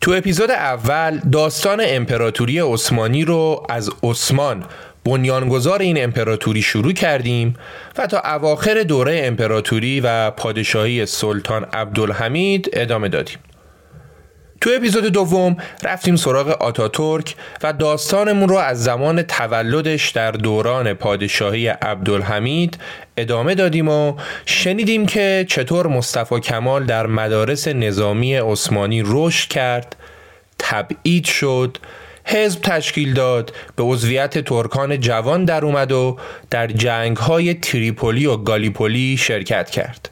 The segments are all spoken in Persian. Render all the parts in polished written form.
تو اپیزود اول داستان امپراتوری عثمانی رو از عثمان بنیانگذار این امپراتوری شروع کردیم و تا اواخر دوره امپراتوری و پادشاهی سلطان عبدالحمید ادامه دادیم. تو اپیزود دوم رفتیم سراغ آتاتورک و داستانمون رو از زمان تولدش در دوران پادشاهی عبدالحمید ادامه دادیم و شنیدیم که چطور مصطفی کمال در مدارس نظامی عثمانی رشد کرد، تبعید شد، حزب تشکیل داد، به عضویت ترکان جوان در اومد و در جنگ‌های تریپولی و گالیپولی شرکت کرد.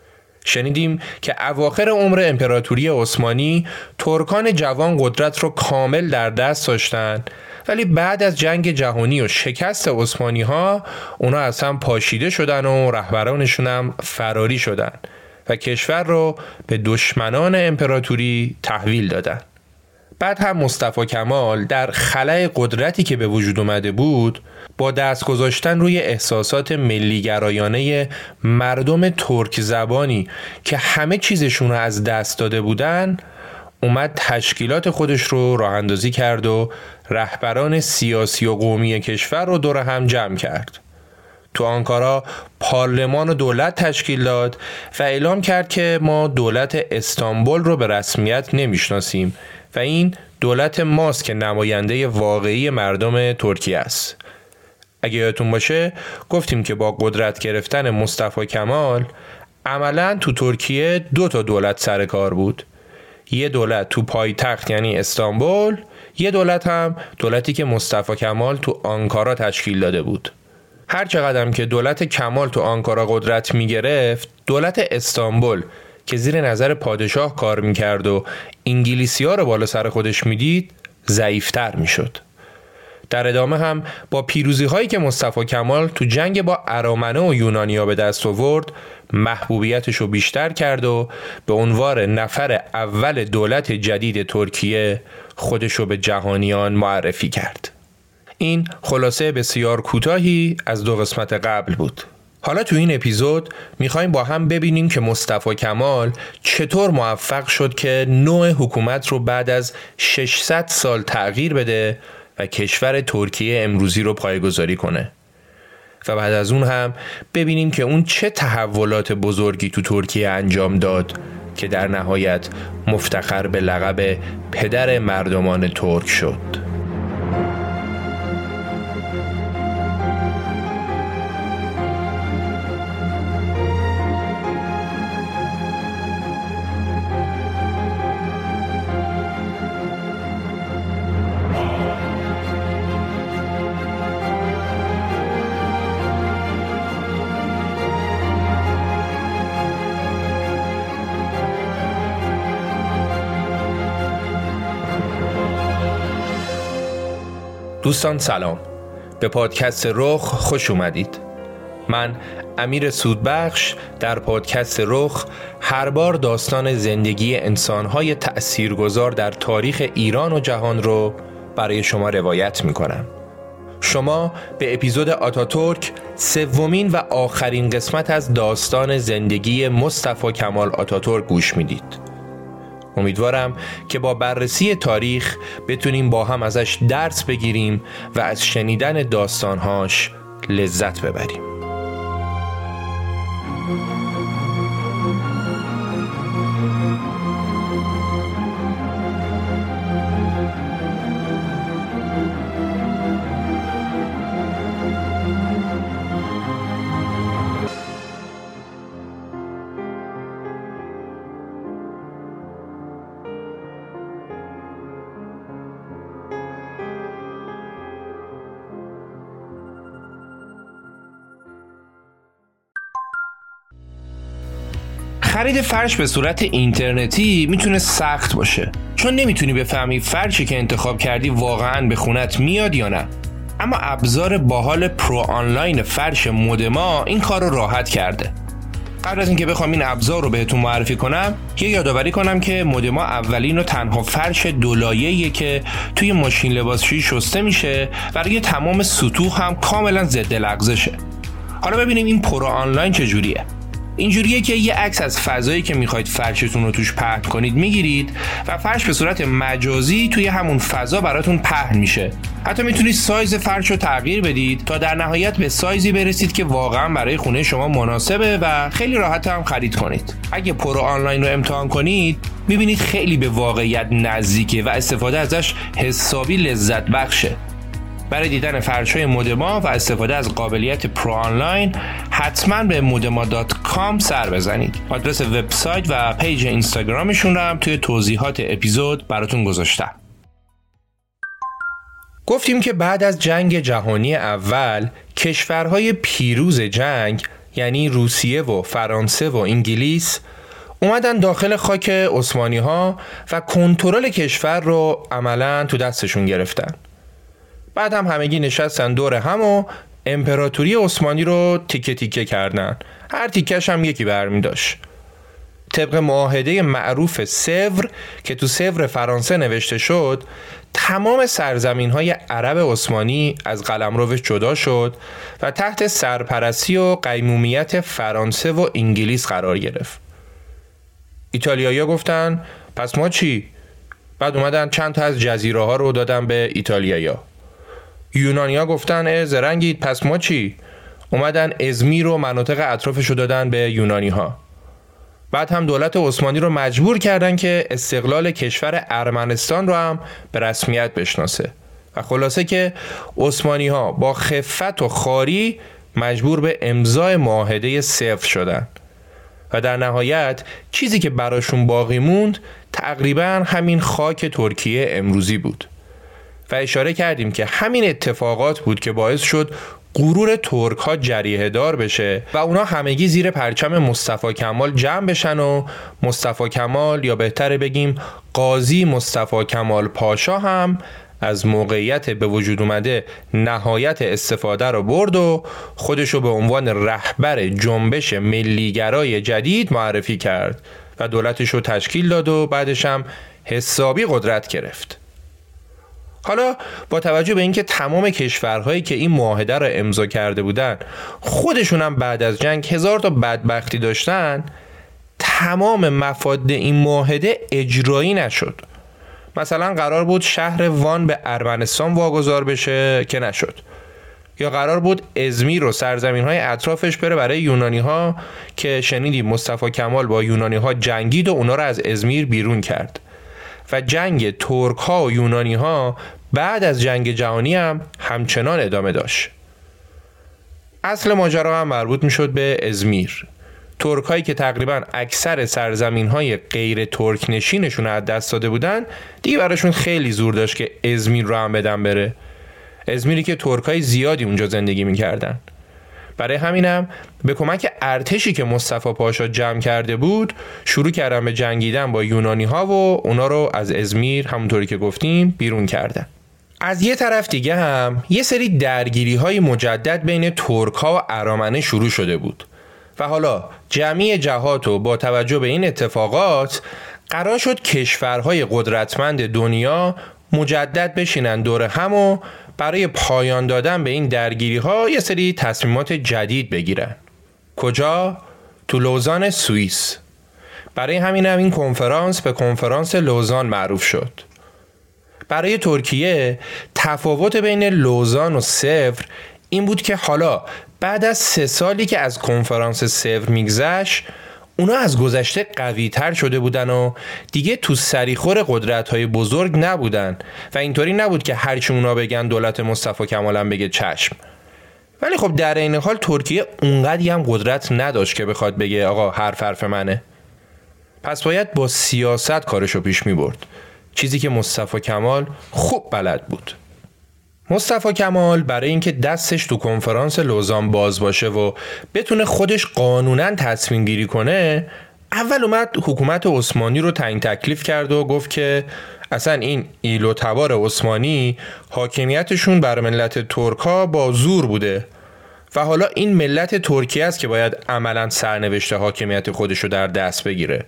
شنیدیم که اواخر عمر امپراتوری عثمانی ترکان جوان قدرت رو کامل در دست داشتن، ولی بعد از جنگ جهانی و شکست عثمانی ها اونا اصلا پاشیده شدن و رهبرانشون هم فراری شدن و کشور رو به دشمنان امپراتوری تحویل دادن. بعد هم مصطفی کمال در خلأ قدرتی که به وجود اومده بود با دست گذاشتن روی احساسات ملیگرایانه مردم ترک زبانی که همه چیزشون رو از دست داده بودن اومد تشکیلات خودش رو راه اندازی کرد و رهبران سیاسی و قومی کشور رو دور هم جمع کرد. تو آنکارا پارلمان و دولت تشکیل داد و اعلام کرد که ما دولت استانبول رو به رسمیت نمیشناسیم و این دولت ماست که نماینده واقعی مردم ترکیه است. اگه یادتون باشه گفتیم که با قدرت گرفتن مصطفی کمال عملاً تو ترکیه 2 دولت سر کار بود. یه دولت تو پایتخت یعنی استانبول، یه دولت هم دولتی که مصطفی کمال تو آنکارا تشکیل داده بود. هر چقدر که دولت کمال تو آنکارا قدرت می گرفت، دولت استانبول که زیر نظر پادشاه کار می کرد و انگلیسی ها رو بالا سر خودش می دید ضعیفتر می شد. در ادامه هم با پیروزی هایی که مصطفی کمال تو جنگ با ارامنه و یونانیا به دست آورد محبوبیتش رو بیشتر کرد و به عنوان نفر اول دولت جدید ترکیه خودش رو به جهانیان معرفی کرد. این خلاصه بسیار کوتاهی از 2 قسمت قبل بود. حالا تو این اپیزود میخوایم با هم ببینیم که مصطفی کمال چطور موفق شد که نوع حکومت رو بعد از 600 سال تغییر بده و کشور ترکیه امروزی رو پایه‌گذاری کنه. و بعد از اون هم ببینیم که اون چه تحولات بزرگی تو ترکیه انجام داد که در نهایت مفتخر به لقب پدر مردمان ترک شد. دوستان سلام، به پادکست رخ خوش اومدید. من امیر سودبخش در پادکست رخ هر بار داستان زندگی انسان‌های تأثیرگذار در تاریخ ایران و جهان رو برای شما روایت می‌کنم. شما به اپیزود آتاتورک، 3مین و آخرین قسمت از داستان زندگی مصطفی کمال آتاتورک گوش میدید. امیدوارم که با بررسی تاریخ بتونیم با هم ازش درس بگیریم و از شنیدن داستانهاش لذت ببریم. خرید فرش به صورت اینترنتی میتونه سخت باشه، چون نمیتونی بفهمی فرشی که انتخاب کردی واقعاً به خونت میاد یا نه. اما ابزار باحال پرو آنلاین فرش مودما این کار رو راحت کرده. قبل از اینکه بخوام این ابزار رو بهتون معرفی کنم، یه یادآوری کنم که مودما اولین و تنها فرش دولایه‌ایه که توی ماشین لباسشویی شسته میشه و روی تمام سطوح هم کاملا ضد لغزشه. حالا ببینیم این پرو آنلاین چجوریه. اینجوریه که یه عکس از فضایی که میخواید فرشتون رو توش پهن کنید میگیرید و فرش به صورت مجازی توی همون فضا براتون پهن میشه. حتی میتونید سایز فرش رو تغییر بدید تا در نهایت به سایزی برسید که واقعا برای خونه شما مناسبه و خیلی راحت هم خرید کنید. اگه پرو آنلاین رو امتحان کنید میبینید خیلی به واقعیت نزدیکه و استفاده ازش حسابی لذت بخشه. برای دیدن فرش‌های مودما و استفاده از قابلیت پرو آنلاین حتما به modema.com سر بزنید. آدرس وبسایت و پیج اینستاگرامشون رو هم توی توضیحات اپیزود براتون گذاشتم. گفتیم که بعد از جنگ جهانی اول کشورهای پیروز جنگ یعنی روسیه و فرانسه و انگلیس اومدن داخل خاک عثمانی‌ها و کنترل کشور رو عملاً تو دستشون گرفتن. بعد هم همگی نشستن دور هم و امپراتوری عثمانی رو تیکه تیکه کردن. هر تیکش هم یکی برمی داشت. طبق معاهده معروف سور که تو سور فرانسه نوشته شد، تمام سرزمین‌های عرب عثمانی از قلمروش جدا شد و تحت سرپرستی و قیمومیت فرانسه و انگلیس قرار گرفت. ایتالیایی‌ها گفتن پس ما چی؟ بعد اومدن چند تا از جزیره‌ها رو دادن به ایتالیایی‌ها. یونانی‌ها گفتن زرنگید پس ما چی؟ اومدن ازمیر و مناطق اطرافش رو دادن به یونانی‌ها. بعد هم دولت عثمانی رو مجبور کردن که استقلال کشور ارمنستان رو هم به رسمیت بشناسه و خلاصه که عثمانی‌ها با خفت و خواری مجبور به امضای معاهده صفر شدن و در نهایت چیزی که براشون باقی موند تقریباً همین خاک ترکیه امروزی بود. و اشاره کردیم که همین اتفاقات بود که باعث شد غرور ترک ها جریحه دار بشه و اونا همگی زیر پرچم مصطفی کمال جمع بشن و مصطفی کمال یا بهتره بگیم قاضی مصطفی کمال پاشا هم از موقعیت به وجود اومده نهایت استفاده رو برد و خودشو به عنوان رهبر جنبش ملیگرای جدید معرفی کرد و دولتشو تشکیل داد و بعدش هم حسابی قدرت گرفت. حالا با توجه به اینکه تمام کشورهایی که این معاهده را امضا کرده بودن خودشون هم بعد از جنگ هزار تا بدبختی داشتن، تمام مفاد این معاهده اجرایی نشد. مثلا قرار بود شهر وان به ارمنستان واگذار بشه که نشد، یا قرار بود ازمیر و سرزمین‌های اطرافش بره برای یونانی‌ها که شنیدیم مصطفی کمال با یونانی‌ها جنگید و اونا رو از ازمیر بیرون کرد و جنگ ترک ها و یونانی ها بعد از جنگ جهانی هم همچنان ادامه داشت. اصل ماجرا هم مربوط می شد به ازمیر. ترک هایی که تقریبا اکثر سرزمین های غیر ترک نشینشون از دست داده بودن دیگه براشون خیلی زور داشت که ازمیر رو هم بدن بره. ازمیری که ترک های زیادی اونجا زندگی می کردن. برای همینم به کمک ارتشی که مصطفی پاشا جمع کرده بود شروع کردن به جنگیدن با یونانی ها و اونا رو از ازمیر همونطوری که گفتیم بیرون کردن. از یه طرف دیگه هم یه سری درگیری های مجدد بین ترک ها و ارامنه شروع شده بود و حالا جمعی جهات و با توجه به این اتفاقات قرار شد کشورهای قدرتمند دنیا مجدد بشینن دور هم و برای پایان دادن به این درگیری ها یه سری تصمیمات جدید بگیرن. کجا؟ تو لوزان سوئیس. برای همین هم این کنفرانس به کنفرانس لوزان معروف شد. برای ترکیه تفاوت بین لوزان و سور این بود که حالا بعد از 3 سالی که از کنفرانس سور میگذشت اونا از گذشته قوی تر شده بودن و دیگه تو سریخور قدرت‌های بزرگ نبودن و اینطوری نبود که هرچی اونا بگن دولت مصطفی کمال هم بگه چشم. ولی خب در این حال ترکیه اونقدی هم قدرت نداشت که بخواد بگه آقا حرف منه. پس باید با سیاست کارشو پیش می برد، چیزی که مصطفی کمال خوب بلد بود. مصطفی کمال برای اینکه دستش تو کنفرانس لوزان باز باشه و بتونه خودش قانوناً تصمیم گیری کنه، اول اومد حکومت عثمانی رو تعیین تکلیف کرد و گفت که اصلا این ایل و تبار عثمانی حاکمیتشون بر ملت ترکا با زور بوده و حالا این ملت ترکیه است که باید عملاً سرنوشت حاکمیت خودش رو در دست بگیره.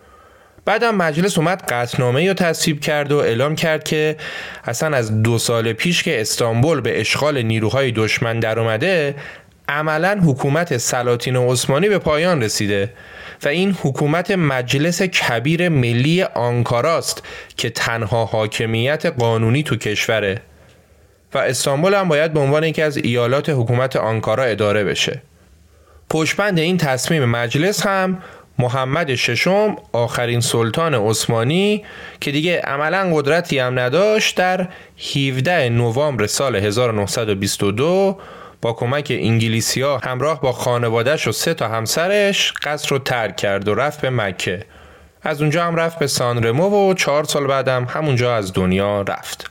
بعدم مجلس اومد قطعنامه‌ای رو تصویب کرد و اعلام کرد که اصلا از 2 سال پیش که استانبول به اشغال نیروهای دشمن در اومده عملاً حکومت سلاطین عثمانی به پایان رسیده و این حکومت مجلس کبیر ملی آنکاراست که تنها حاکمیت قانونی تو کشوره و استانبول هم باید به عنوان یکی از ایالات حکومت آنکارا اداره بشه. پشتبند این تصمیم مجلس هم محمد ششم، آخرین سلطان عثمانی که دیگه عملاً قدرتی هم نداشت، در 17 نوامبر سال 1922 با کمک انگلیسی‌ها همراه با خانواده‌اش و 3 تا همسرش قصر رو ترک کرد و رفت به مکه. از اونجا هم رفت به سانرمو و 4 سال بعدم همونجا از دنیا رفت.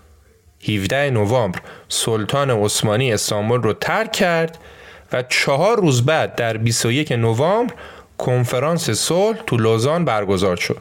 17 نوامبر سلطان عثمانی استانبول رو ترک کرد و 4 روز بعد در 21 نوامبر کنفرانس صلح تو لوزان برگزار شد.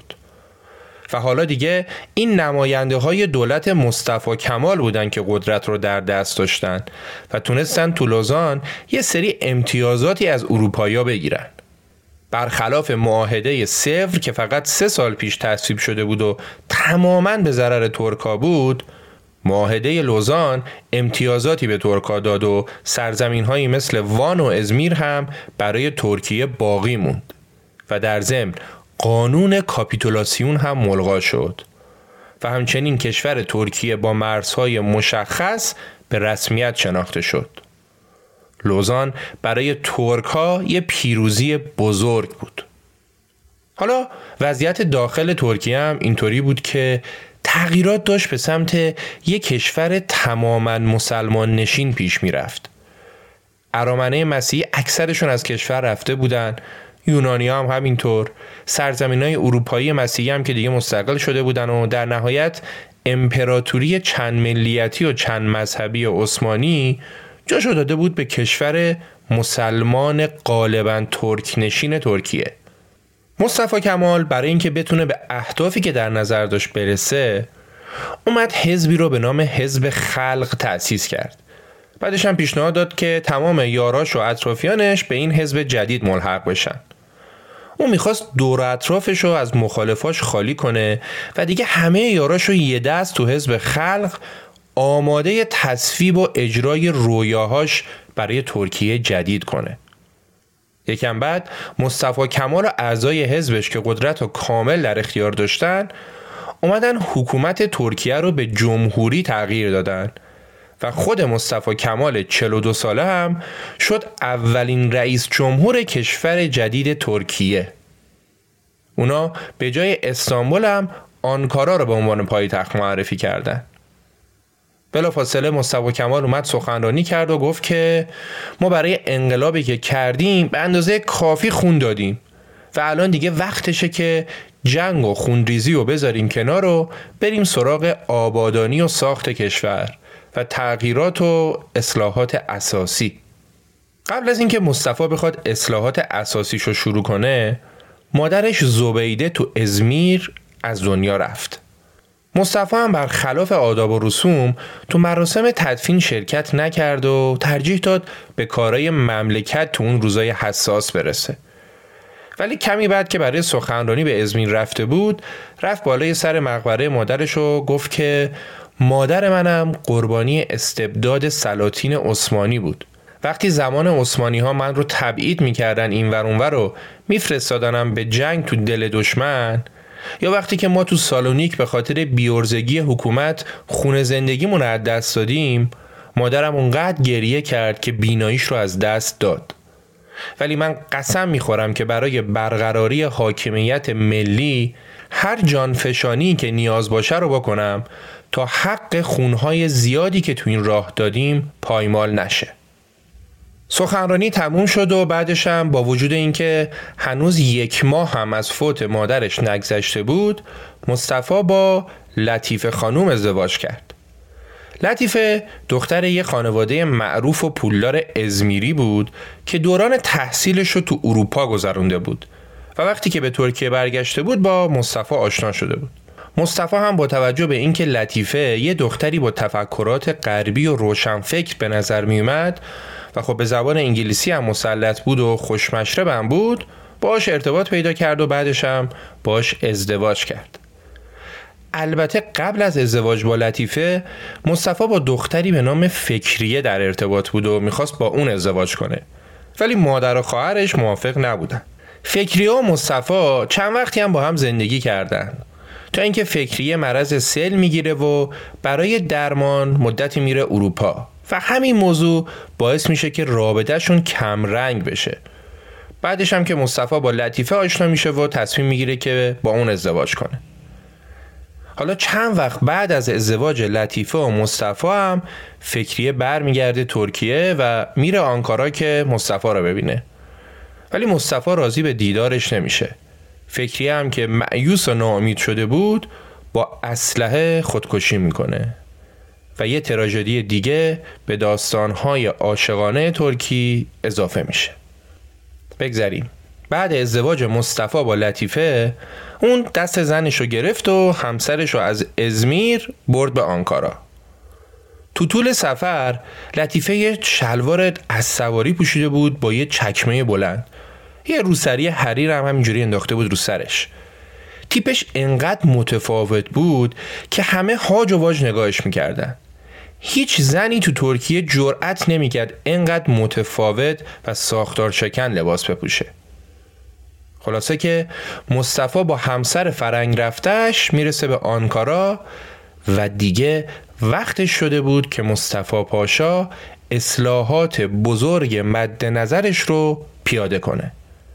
و حالا دیگه این نماینده های دولت مصطفی کمال بودن که قدرت رو در دست داشتن و تونستن تو لوزان یه سری امتیازاتی از اروپایی‌ها بگیرن. برخلاف معاهده سِوْر که فقط 3 سال پیش تصویب شده بود و تماماً به ضرر ترکا بود، معاهده لوزان امتیازاتی به ترکا داد و سرزمین‌هایی مثل وان و ازمیر هم برای ترکیه باقی موند و در ضمن قانون کاپیتولاسیون هم ملغا شد و همچنین کشور ترکیه با مرزهای مشخص به رسمیت شناخته شد. لوزان برای ترک‌ها یه پیروزی بزرگ بود. حالا وضعیت داخل ترکیه هم اینطوری بود که تغییرات داشت به سمت یک کشور تماماً مسلمان نشین پیش می رفت. ارامنه مسیحی اکثرشون از کشور رفته بودن، یونانی هم همینطور، سرزمین‌های اروپایی مسیحی هم که دیگه مستقل شده بودن و در نهایت امپراتوری چند ملیتی و چند مذهبی عثمانی جاشو داده بود به کشور مسلمان غالباً ترک نشین ترکیه. مصطفی کمال برای اینکه بتونه به اهدافی که در نظر داشت برسه، اومد حزبی رو به نام حزب خلق تأسیس کرد. بعدش هم پیشنهاد داد که تمام یاراش و اطرافیانش به این حزب جدید ملحق بشن. اون میخواست دور اطرافش رو از مخالفاش خالی کنه و دیگه همه یاراش رو یه دست تو حزب خلق آماده تصویب و اجرای رویاهاش برای ترکیه جدید کنه. یکم بعد مصطفی کمال و اعضای حزبش که قدرت و کامل در اختیار داشتن اومدن حکومت ترکیه رو به جمهوری تغییر دادن و خود مصطفی کمال 42 ساله هم شد اولین رئیس جمهور کشور جدید ترکیه. اونا به جای استانبول هم آنکارا رو به عنوان پایتخت معرفی کردن. بلافاصله مصطفی کمال اومد سخنرانی کرد و گفت که ما برای انقلابی که کردیم به اندازه کافی خون دادیم و الان دیگه وقتشه که جنگ و خونریزی رو بذاریم کنار و بریم سراغ آبادانی و ساخت کشور و تغییرات و اصلاحات اساسی. قبل از اینکه مصطفی بخواد اصلاحات اساسیشو شروع کنه، مادرش زبیده تو ازمیر از دنیا رفت. مصطفی هم برخلاف آداب و رسوم تو مراسم تدفین شرکت نکرد و ترجیح داد به کارهای مملکت تو اون روزای حساس برسه. ولی کمی بعد که برای سخنرانی به ازمیر رفته بود، رفت بالای سر مقبره مادرش و گفت که مادر منم قربانی استبداد سلاطین عثمانی بود. وقتی زمان عثمانی ها من رو تبعید میکردن این ور اون ور رو میفرستادنم به جنگ تو دل دشمن، یا وقتی که ما تو سالونیک به خاطر بیورزگی حکومت خون زندگیمون رو از دست دادیم، مادرم اونقدر گریه کرد که بیناییش رو از دست داد. ولی من قسم میخورم که برای برقراری حاکمیت ملی هر جانفشانی که نیاز باشه رو بکنم تا حق خونهای زیادی که تو این راه دادیم پایمال نشه. سخنرانی تموم شد و بعدش هم با وجود اینکه هنوز 1 ماه هم از فوت مادرش نگذشته بود، مصطفی با لطیفه خانوم ازدواج کرد. لطیفه دختر یه خانواده معروف و پولدار ازمیری بود که دوران تحصیلش رو تو اروپا گذرونده بود و وقتی که به ترکیه برگشته بود با مصطفی آشنا شده بود. مصطفی هم با توجه به اینکه لطیفه یه دختری با تفکرات غربی و روشنفکر به نظر می اومد و خب به زبان انگلیسی هم مسلط بود و خوشمشرب هم بود، باهاش ارتباط پیدا کرد و بعدش هم باهاش ازدواج کرد. البته قبل از ازدواج با لطیفه مصطفی با دختری به نام فکریه در ارتباط بود و میخواست با اون ازدواج کنه، ولی مادر و خواهرش موافق نبودن. فکریه و مصطفی چند وقتی هم با هم زندگی کردن تا اینکه فکریه مرض سل میگیره و برای درمان مدتی میره اروپا و همین موضوع باعث میشه که رابطهشون کم رنگ بشه. بعدش هم که مصطفی با لطیفه آشنا میشه و تصمیم میگیره که با اون ازدواج کنه. حالا چند وقت بعد از ازدواج لطیفه و مصطفی هم فکریه برمیگرده ترکیه و میره آنکارا که مصطفی رو ببینه، ولی مصطفی راضی به دیدارش نمیشه. فکریه هم که مایوس و ناامید شده بود با اسلحه خودکشی میکنه و یه تراژدی دیگه به داستانهای عاشقانه ترکی اضافه میشه. بگذریم. بعد ازدواج مصطفی با لطیفه اون دست زنش رو گرفت و همسرش رو از ازمیر برد به آنکارا. تو طول سفر لطیفه یه شلوار اسواری پوشیده بود با یه چکمه بلند، یه روسری حریر هم همینجوری انداخته بود رو سرش. تیپش انقدر متفاوت بود که همه هاج و واج نگاهش میکردن. هیچ زنی تو ترکیه جرأت نمیکرد انقدر متفاوت و ساختار شکن لباس بپوشه. خلاصه که مصطفی با همسر فرنگ رفتش میرسه به آنکارا و دیگه وقتش شده بود که مصطفی پاشا اصلاحات بزرگ مد نظرش رو پیاده کنه.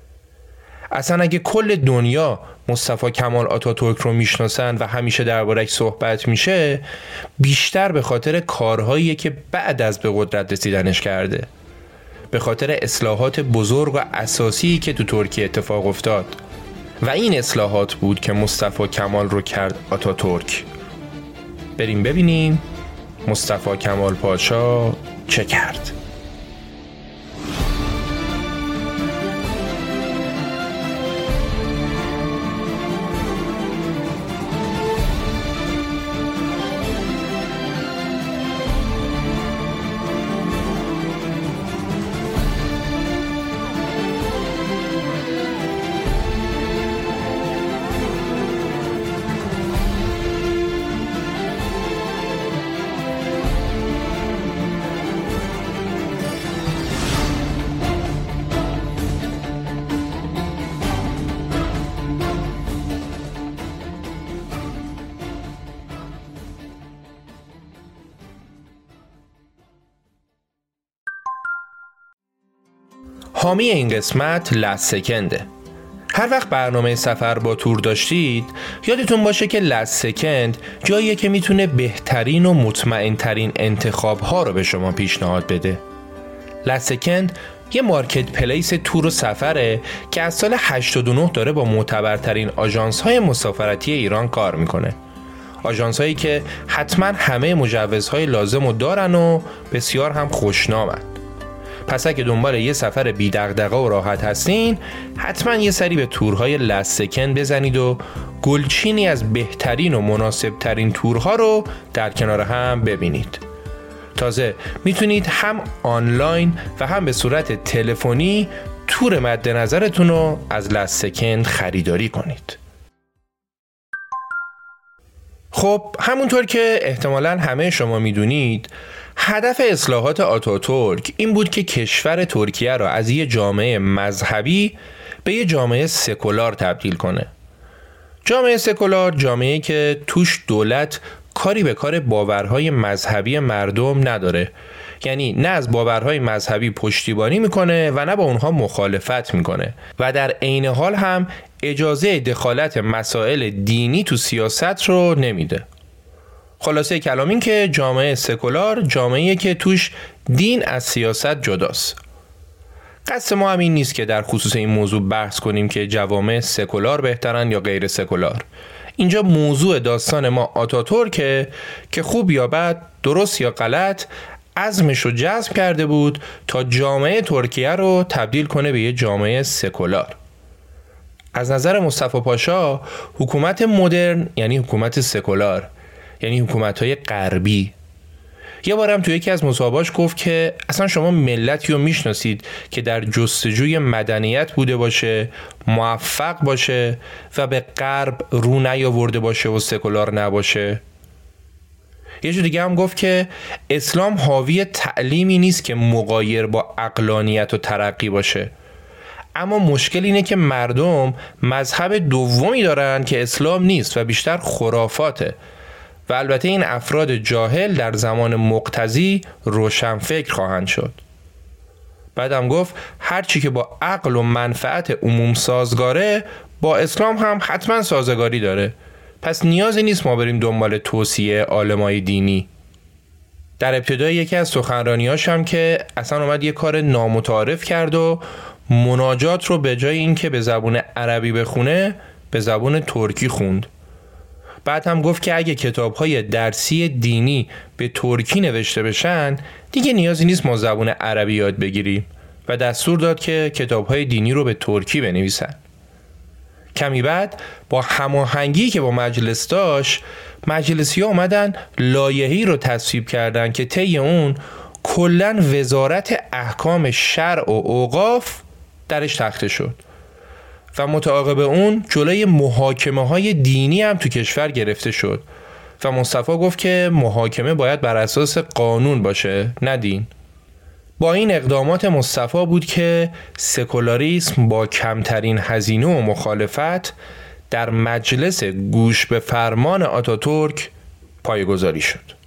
اصلا اگه کل دنیا مصطفی کمال آتاتورک رو میشناسن و همیشه درباره‌اش صحبت میشه، بیشتر به خاطر کارهایی که بعد از به قدرت رسیدنش کرده، به خاطر اصلاحات بزرگ و اساسی که تو ترکیه اتفاق افتاد و این اصلاحات بود که مصطفی کمال رو کرد آتاتورک. بریم ببینیم مصطفی کمال پاشا چه کرد. حامی این قسمت لست سکنده. هر وقت برنامه سفر با تور داشتید یادتون باشه که لست سکند جاییه که میتونه بهترین و مطمئن ترین انتخاب ها رو به شما پیشنهاد بده. لست سکند یه مارکت پلیس تور و سفره که از سال 89 داره با معتبرترین آژانس های مسافرتی ایران کار میکنه. آژانس هایی که حتما همه مجوزهای لازم رو دارن و بسیار هم خوشنامن. پس اگه دنبال یه سفر بی دغدغه و راحت هستین، حتما یه سری به تورهای لست سکند بزنید و گلچینی از بهترین و مناسب ترین تورها رو در کنار هم ببینید. تازه میتونید هم آنلاین و هم به صورت تلفنی تور مد نظرتون رو از لست سکند خریداری کنید. خب همونطور که احتمالاً همه شما میدونید، هدف اصلاحات آتاتورک این بود که کشور ترکیه را از یه جامعه مذهبی به یه جامعه سکولار تبدیل کنه. جامعه سکولار جامعه‌ای که توش دولت کاری به کار باورهای مذهبی مردم نداره، یعنی نه از باورهای مذهبی پشتیبانی میکنه و نه با اونها مخالفت میکنه و در عین حال هم اجازه دخالت مسائل دینی تو سیاست رو نمیده. خلاصه کلام این که جامعه سکولار جامعه‌ایه که توش دین از سیاست جداست. قصد ما هم این نیست که در خصوص این موضوع بحث کنیم که جوامع سکولار بهترن یا غیر سکولار. اینجا موضوع داستان ما آتاتورکه که خوب یا بد، درست یا غلط، عزمش رو جذب کرده بود تا جامعه ترکیه رو تبدیل کنه به یه جامعه سکولار. از نظر مصطفی پاشا حکومت مدرن یعنی حکومت سکولار، یعنی حکومت‌های غربی. یه بارم توی یکی از مصاحبه‌اش گفت که اصلا شما ملتی رو میشناسید که در جستجوی مدنیت بوده باشه، موفق باشه و به غرب رو نیاورده باشه و سکولار نباشه؟ یه جور دیگه هم گفت که اسلام حاوی تعلیمی نیست که مغایر با عقلانیت و ترقی باشه، اما مشکل اینه که مردم مذهب دومی دارن که اسلام نیست و بیشتر خرافاته و البته این افراد جاهل در زمان مقتضی روشنفکر خواهند شد. بعدم گفت هرچی که با عقل و منفعت عموم سازگاره با اسلام هم حتما سازگاری داره، پس نیازی نیست ما بریم دنبال توصیه عالمای دینی. در ابتدای یکی از سخنرانیاش هم که اصلا اومد یه کار نامتعارف کرد و مناجات رو به جای اینکه به زبون عربی بخونه به زبون ترکی خوند. بعد هم گفت که اگه کتاب‌های درسی دینی به ترکی نوشته بشن دیگه نیازی نیست ما زبون عربی یاد بگیریم و دستور داد که کتاب‌های دینی رو به ترکی بنویسن. کمی بعد با هماهنگی که با مجلس داشت، مجلسی‌ها اومدن لایحه‌ای رو تصویب کردن که طی اون کلاً وزارت احکام شرع و اوقاف درش تخته شد و متعاقب اون جلوی محاکمه‌های دینی هم تو کشور گرفته شد و مصطفی گفت که محاکمه باید بر اساس قانون باشه نه دین. با این اقدامات مصطفی بود که سکولاریسم با کمترین هزینه و مخالفت در مجلس گوش به فرمان آتاتورک پایه‌گذاری شد.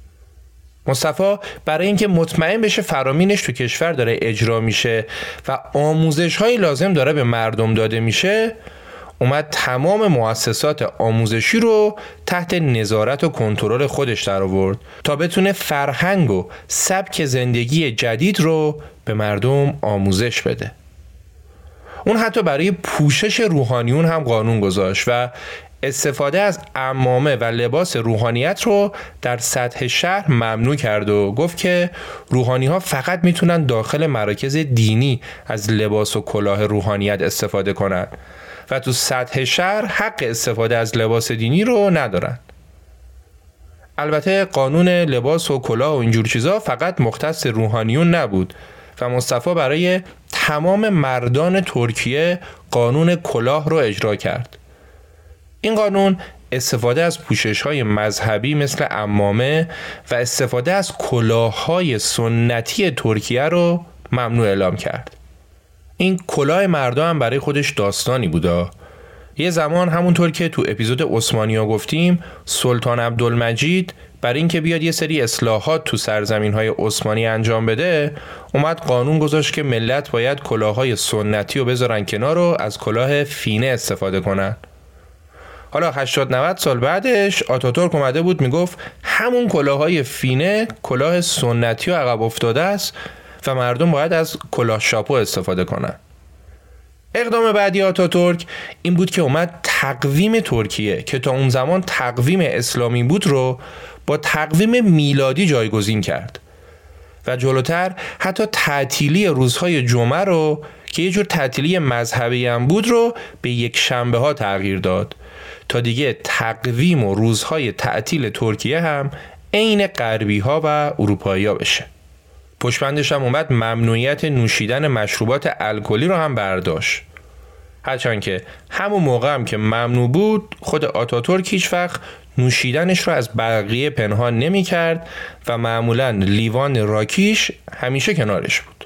مصطفی برای اینکه مطمئن بشه فرامینش تو کشور داره اجرا میشه و آموزش‌های لازم داره به مردم داده میشه، اومد تمام مؤسسات آموزشی رو تحت نظارت و کنترل خودش در آورد تا بتونه فرهنگ و سبک زندگی جدید رو به مردم آموزش بده. اون حتی برای پوشش روحانیون هم قانون گذاشت و استفاده از عمامه و لباس روحانیت رو در سطح شهر ممنوع کرد و گفت که روحانی ها فقط میتونن داخل مراکز دینی از لباس و کلاه روحانیت استفاده کنن و تو سطح شهر حق استفاده از لباس دینی رو ندارن. البته قانون لباس و کلاه و اینجور چیزا فقط مختص روحانیون نبود و مصطفی برای تمام مردان ترکیه قانون کلاه رو اجرا کرد. این قانون استفاده از پوشش‌های مذهبی مثل عمامه و استفاده از کلاه‌های سنتی ترکیه رو ممنوع اعلام کرد. این کلاه مردا هم برای خودش داستانی بوده. یه زمان همونطور که تو اپیزود عثمانی‌ها گفتیم، سلطان عبدالمجید برای اینکه بیاد یه سری اصلاحات تو سرزمین‌های عثمانی انجام بده، اومد قانون گذاشت که ملت باید کلاه‌های سنتی رو بذارن کنار و از کلاه فینه استفاده کنن. حالا 80-90 سال بعدش آتاتورک اومده بود میگفت همون کلاه‌های فینه کلاه سنتی و عقب افتاده است و مردم باید از کلاه شاپو استفاده کنن. اقدام بعدی آتاتورک این بود که اومد تقویم ترکیه که تا اون زمان تقویم اسلامی بود رو با تقویم میلادی جایگزین کرد و جلوتر حتی تعطیلی روزهای جمعه رو که یه جور تعطیلی مذهبی هم بود رو به یک شنبه ها تغییر داد تا دیگه تقویم و روزهای تعطیل ترکیه هم عین غربی ها و اروپایی ها بشه. پشتبندش هم اومد ممنوعیت نوشیدن مشروبات الکلی رو هم برداشت. هرچند که همون موقع هم که ممنوع بود خود آتاتورک هیچ وقت نوشیدنش رو از بقیه پنهان نمی کرد و معمولاً لیوان راکیش همیشه کنارش بود.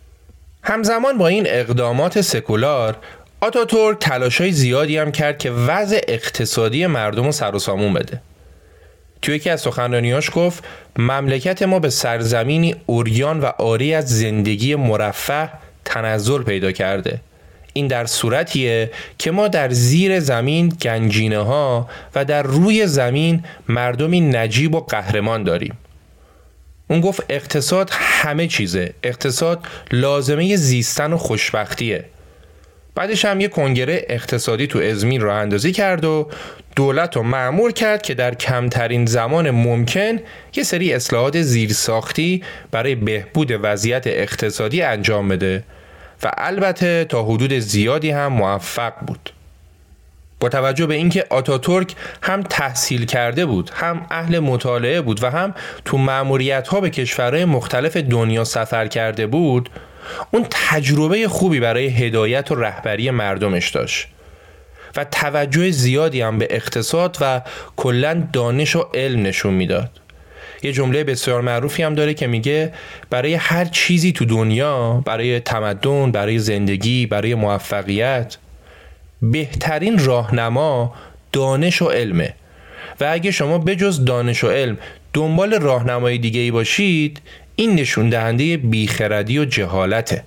همزمان با این اقدامات سکولار آتاتورک تلاشای زیادی هم کرد که وضع اقتصادی مردم رو سر و سامون بده. توی یکی از سخنرانیاش گفت مملکت ما به سرزمینی عریان و عاری از زندگی مرفه تنزل پیدا کرده. این در صورتیه که ما در زیر زمین گنجینه ها و در روی زمین مردمی نجیب و قهرمان داریم. اون گفت اقتصاد همه چیزه. اقتصاد لازمه زیستن و خوشبختیه. بعدش هم یه کنگره اقتصادی تو ازمیر راه اندازی کرد و دولت رو مأمور کرد که در کمترین زمان ممکن یه سری اصلاحات زیرساختی برای بهبود وضعیت اقتصادی انجام بده و البته تا حدود زیادی هم موفق بود. با توجه به اینکه آتاتورک هم تحصیل کرده بود، هم اهل مطالعه بود و هم تو مأموریت‌ها به کشورهای مختلف دنیا سفر کرده بود، اون تجربه خوبی برای هدایت و رهبری مردمش داشت و توجه زیادی هم به اقتصاد و کلاً دانش و علم نشون میداد. یه جمله بسیار معروفی هم داره که میگه برای هر چیزی تو دنیا، برای تمدن، برای زندگی، برای موفقیت، بهترین راهنما دانش و علمه و اگه شما بجز دانش و علم دنبال راهنمای دیگه‌ای باشید، این نشون دهنده بیخردی و جهالته.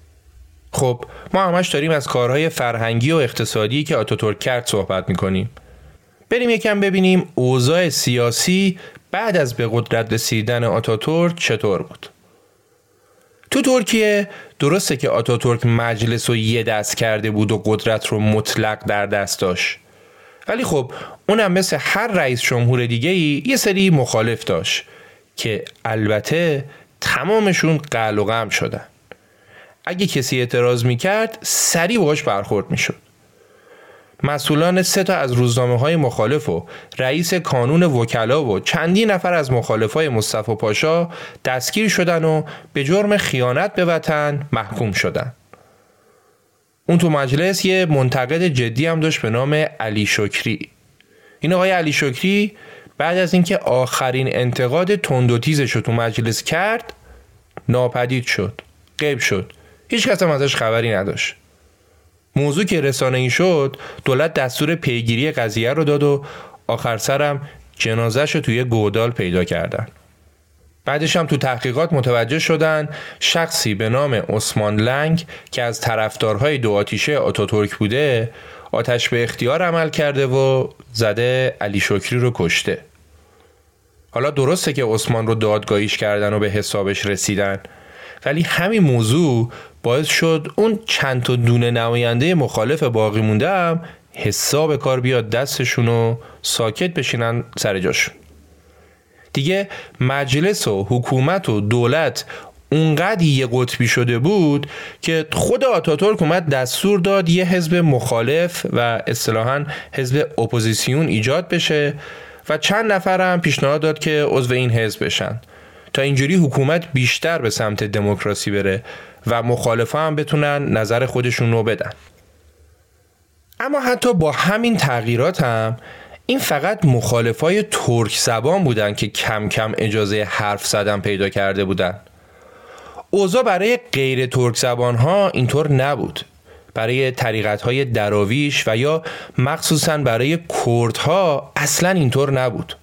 خب ما همش داریم از کارهای فرهنگی و اقتصادی که آتاتورک کرد صحبت میکنیم. بریم یکم ببینیم اوضاع سیاسی بعد از به قدرت رسیدن آتاتورک چطور بود. تو ترکیه درسته که آتاتورک مجلس رو یه دست کرده بود و قدرت رو مطلق در دست داشت، ولی خب اونم مثل هر رئیس جمهور دیگه‌ای یه سری مخالف داشت که البته تمامشون قل و قم شدن. اگه کسی اعتراض میکرد سریع باهاش برخورد میشد. مسئولان 3 از روزنامه‌های مخالف و رئیس کانون وکلا و چندین نفر از مخالفای مصطفی پاشا دستگیر شدن و به جرم خیانت به وطن محکوم شدن. اون تو مجلس یه منتقد جدی هم داشت به نام علی شکری. این آقای علی شکری بعد از اینکه آخرین انتقاد تند و تیزش رو تو مجلس کرد ناپدید شد، غیب شد. هیچ کس هم ازش خبری نداشت. موضوع که رسانه‌ای شد، دولت دستور پیگیری قضیه رو داد و آخر سرم جنازه‌شو توی گودال پیدا کردن. بعدش هم تو تحقیقات متوجه شدن شخصی به نام عثمان لنگ که از طرفدارهای دو آتیشه آتاتورک بوده، آتش به اختیار عمل کرده و زده علی شکری رو کشته. حالا درسته که عثمان رو دادگاهیش کردن و به حسابش رسیدن، ولی همین موضوع باعث شد اون چند تا دونه نماینده مخالف باقی مونده هم حساب کار بیاد دستشون و ساکت بشینن سر جاشون. دیگه مجلس و حکومت و دولت اونقدر یه قطبی شده بود که خود آتاتورک اومد دستور داد یه حزب مخالف و اصطلاحاً حزب اپوزیسیون ایجاد بشه و چند نفر هم پیشنهاد داد که عضو این حزب بشن تا اینجوری حکومت بیشتر به سمت دموکراسی بره و مخالفا هم بتونن نظر خودشون رو بدن. اما حتی با همین تغییرات هم این فقط مخالفای ترک زبان بودن که کم کم اجازه حرف زدن پیدا کرده بودن. اوضاع برای غیر ترک زبان ها اینطور نبود. برای طریقت‌های دراویش و یا مخصوصاً برای کردها اصلاً اینطور نبود.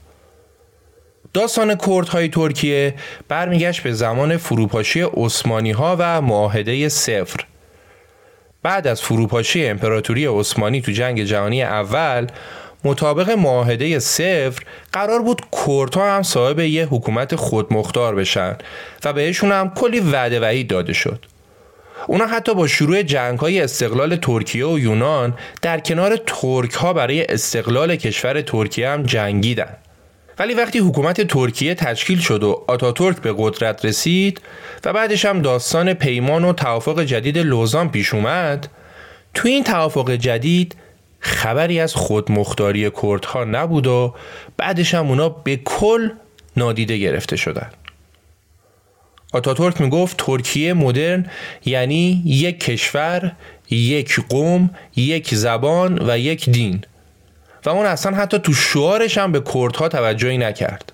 داستان کردهای ترکیه برمیگشت به زمان فروپاشی عثمانی‌ها و معاهده صفر. بعد از فروپاشی امپراتوری عثمانی تو جنگ جهانی اول، مطابق معاهده صفر قرار بود کردها هم صاحب یه حکومت خودمختار بشن و بهشون هم کلی وعده وعید داده شد. اونا حتی با شروع جنگ‌های استقلال ترکیه و یونان در کنار ترک‌ها برای استقلال کشور ترکیه هم جنگیدن. ولی وقتی حکومت ترکیه تشکیل شد و آتاتورک به قدرت رسید و بعدش هم داستان پیمان و توافق جدید لوزان پیش اومد، تو این توافق جدید خبری از خودمختاری کردها نبود و بعدش هم اونا به کل نادیده گرفته شدن. آتاتورک میگفت ترکیه مدرن یعنی یک کشور، یک قوم، یک زبان و یک دین، و اون اصلا حتی تو شعارش هم به کردها توجهی نکرد.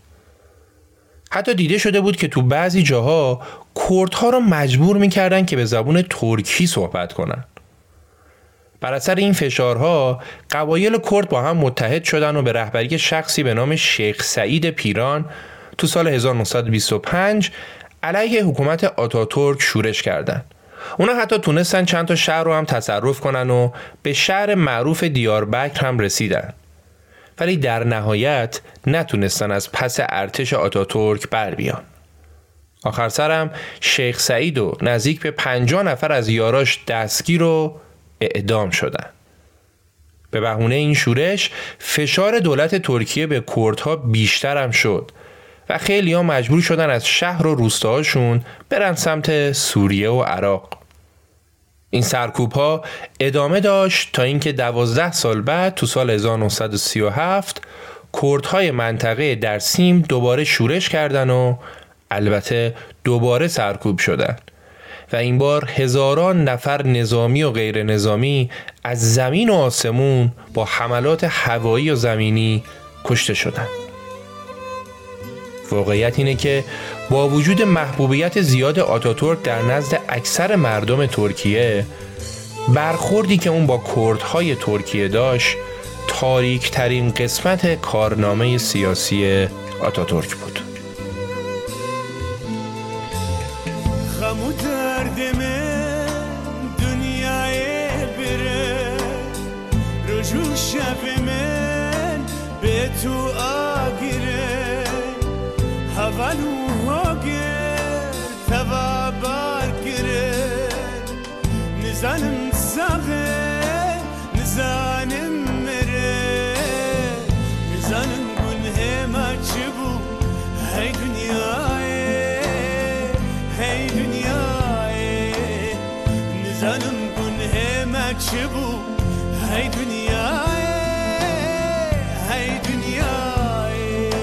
حتی دیده شده بود که تو بعضی جاها کردها رو مجبور میکردن که به زبون ترکی صحبت کنن. بر اثر این فشارها قبایل کرد با هم متحد شدن و به رهبری شخصی به نام شیخ سعید پیران تو سال 1925 علیه حکومت آتاتورک شورش کردند. اونا حتی تونستن چند تا شهر رو هم تصرف کنن و به شهر معروف دیاربکر هم رسیدن. ولی در نهایت نتونستن از پس ارتش آتاتورک بر بیان. آخر سرم شیخ سعید و نزدیک به 50 نفر از یاراش دستگیر و اعدام شدن. به بهونه این شورش فشار دولت ترکیه به کردها بیشتر هم شد و خیلی ها مجبور شدن از شهر و روستاهاشون برن سمت سوریه و عراق. این سرکوب‌ها ادامه داشت تا اینکه 12 سال بعد تو سال 1937 کردهای منطقه درسیم دوباره شورش کردن و البته دوباره سرکوب شدن و این بار هزاران نفر نظامی و غیر نظامی از زمین و آسمون با حملات هوایی و زمینی کشته شدند. واقعیت اینه که با وجود محبوبیت زیاد آتاتورک در نزد اکثر مردم ترکیه، برخوردی که اون با کردهای ترکیه داشت تاریک ترین قسمت کارنامه سیاسی آتاتورک بود. غم و درد من دنیای بره، روز و شب من به تو آگیره، اول و هاگر توابار گره، نزانم زاغه نزانم مره، نزانم گنه ما چه بود هی دنیای هی دنیای، نزانم گنه ما چه بود هی دنیای هی دنیای.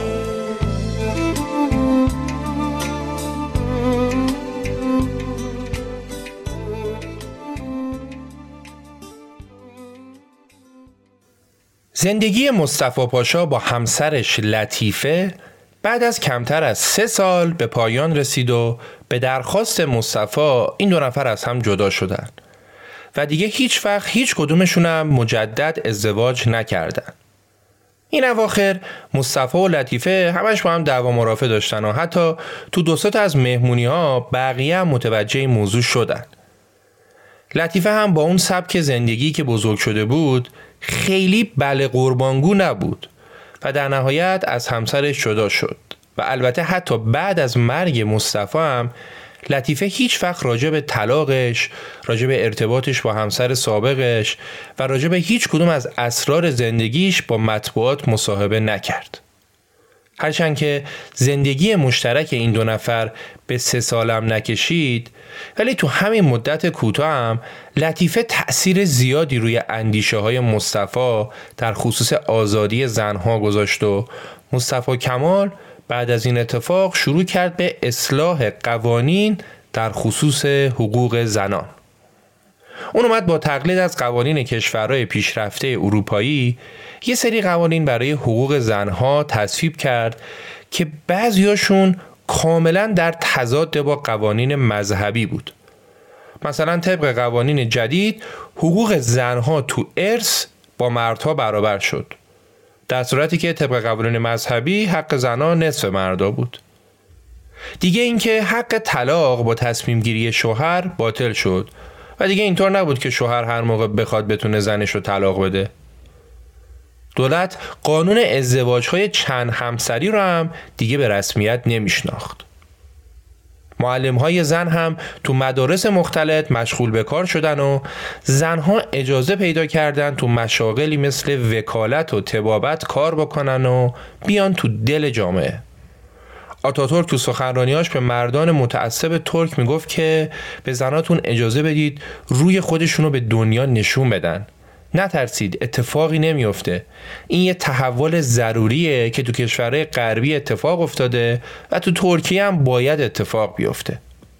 زندگی مصطفی پاشا با همسرش لطیفه بعد از کمتر از 3 سال به پایان رسید و به درخواست مصطفی این 2 نفر از هم جدا شدن و دیگه هیچ وقت هیچ کدومشون هم مجدد ازدواج نکردن. این اواخر مصطفی و لطیفه همش با هم دعوا مرافع داشتن و حتی تو 2 تا از مهمونی ها بقیه هم متوجه این موضوع شدن. لطیفه هم با اون سبک زندگی که بزرگ شده بود خیلی بله قربانگو نبود و در نهایت از همسرش جدا شد و البته حتی بعد از مرگ مصطفی هم لطیفه هیچ وقت راجع به طلاقش، راجع به ارتباطش با همسر سابقش و راجع به هیچ کدوم از اسرار زندگیش با مطبوعات مصاحبه نکرد. هرچند که زندگی مشترک این 2 نفر به 3 سالم نکشید، ولی تو همین مدت کوتاه هم لطیفه تأثیر زیادی روی اندیشه های مصطفی در خصوص آزادی زنها گذاشت و مصطفی کمال بعد از این اتفاق شروع کرد به اصلاح قوانین در خصوص حقوق زنان. اون اومد با تقلید از قوانین کشورهای پیشرفته اروپایی یه سری قوانین برای حقوق زنها تصویب کرد که بعضیاشون کاملا در تضاد با قوانین مذهبی بود. مثلا طبق قوانین جدید حقوق زنها تو ارث با مردها برابر شد، در صورتی که طبق قوانین مذهبی حق زنها نصف مردا بود. دیگه اینکه حق طلاق با تصمیم گیری شوهر باطل شد و دیگه اینطور نبود که شوهر هر موقع بخواد بتونه زنش رو طلاق بده. دولت قانون ازدواج‌های چند همسری رو هم دیگه به رسمیت نمیشناخت. معلم‌های زن هم تو مدارس مختلط مشغول به کار شدن و زنها اجازه پیدا کردن تو مشاغلی مثل وکالت و طبابت کار بکنن و بیان تو دل جامعه. آتاتورک تو سخنرانیاش به مردان متعصب ترک میگفت که به زناتون اجازه بدید روی خودشونو به دنیا نشون بدن. نترسید، اتفاقی نمیفته. این یه تحول ضروریه که تو کشورهای غربی اتفاق افتاده و تو ترکیه هم باید اتفاق بیفته.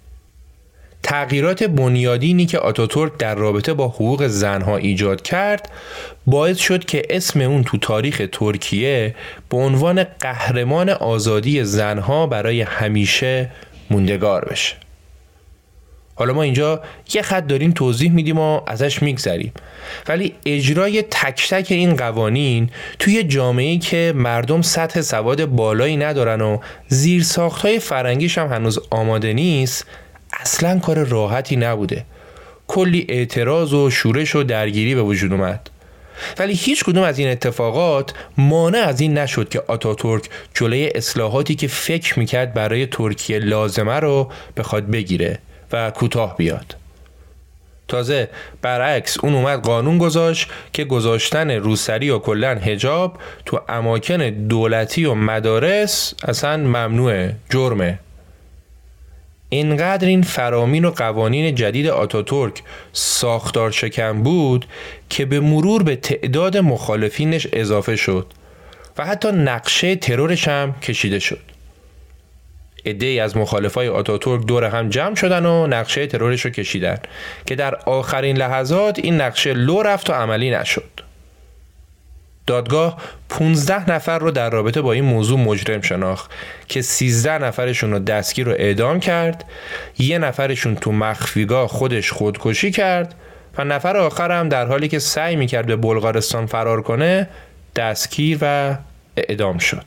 تغییرات بنیادینی که آتاتورک در رابطه با حقوق زنها ایجاد کرد باعث شد که اسم اون تو تاریخ ترکیه به عنوان قهرمان آزادی زنها برای همیشه موندگار بشه. حالا ما اینجا یه خط داریم توضیح میدیم و ازش میگذریم، ولی اجرای تک تک این قوانین توی جامعه‌ای که مردم سطح سواد بالایی ندارن و زیرساخت‌های فرهنگیش هم هنوز آماده نیست اصلاً کار راحتی نبوده. کلی اعتراض و شورش و درگیری به وجود اومد، ولی هیچ کدوم از این اتفاقات مانع از این نشد که آتاتورک جلوی اصلاحاتی که فکر میکرد برای ترکیه لازمه رو بخواد بگیره و کوتاه بیاد. تازه برعکس اون اومد قانون گذاشت که گذاشتن روسری و کلن حجاب تو اماکن دولتی و مدارس اصلا ممنوعه، جرمه. اینقدر این فرامین و قوانین جدید آتاتورک ساختار شکن بود که به مرور به تعداد مخالفینش اضافه شد و حتی نقشه ترورش هم کشیده شد. عده‌ای از مخالفای آتاتورک دور هم جمع شدن و نقشه ترورش رو کشیدن که در آخرین لحظات این نقشه لو رفت و عملی نشد. دادگاه 15 نفر رو در رابطه با این موضوع مجرم شناخت که 13 نفرشون رو دستگیر و اعدام کرد، 1 نفرشون تو مخفیگاه خودش خودکشی کرد و نفر آخر هم در حالی که سعی میکرد به بلغارستان فرار کنه دستگیر و اعدام شد.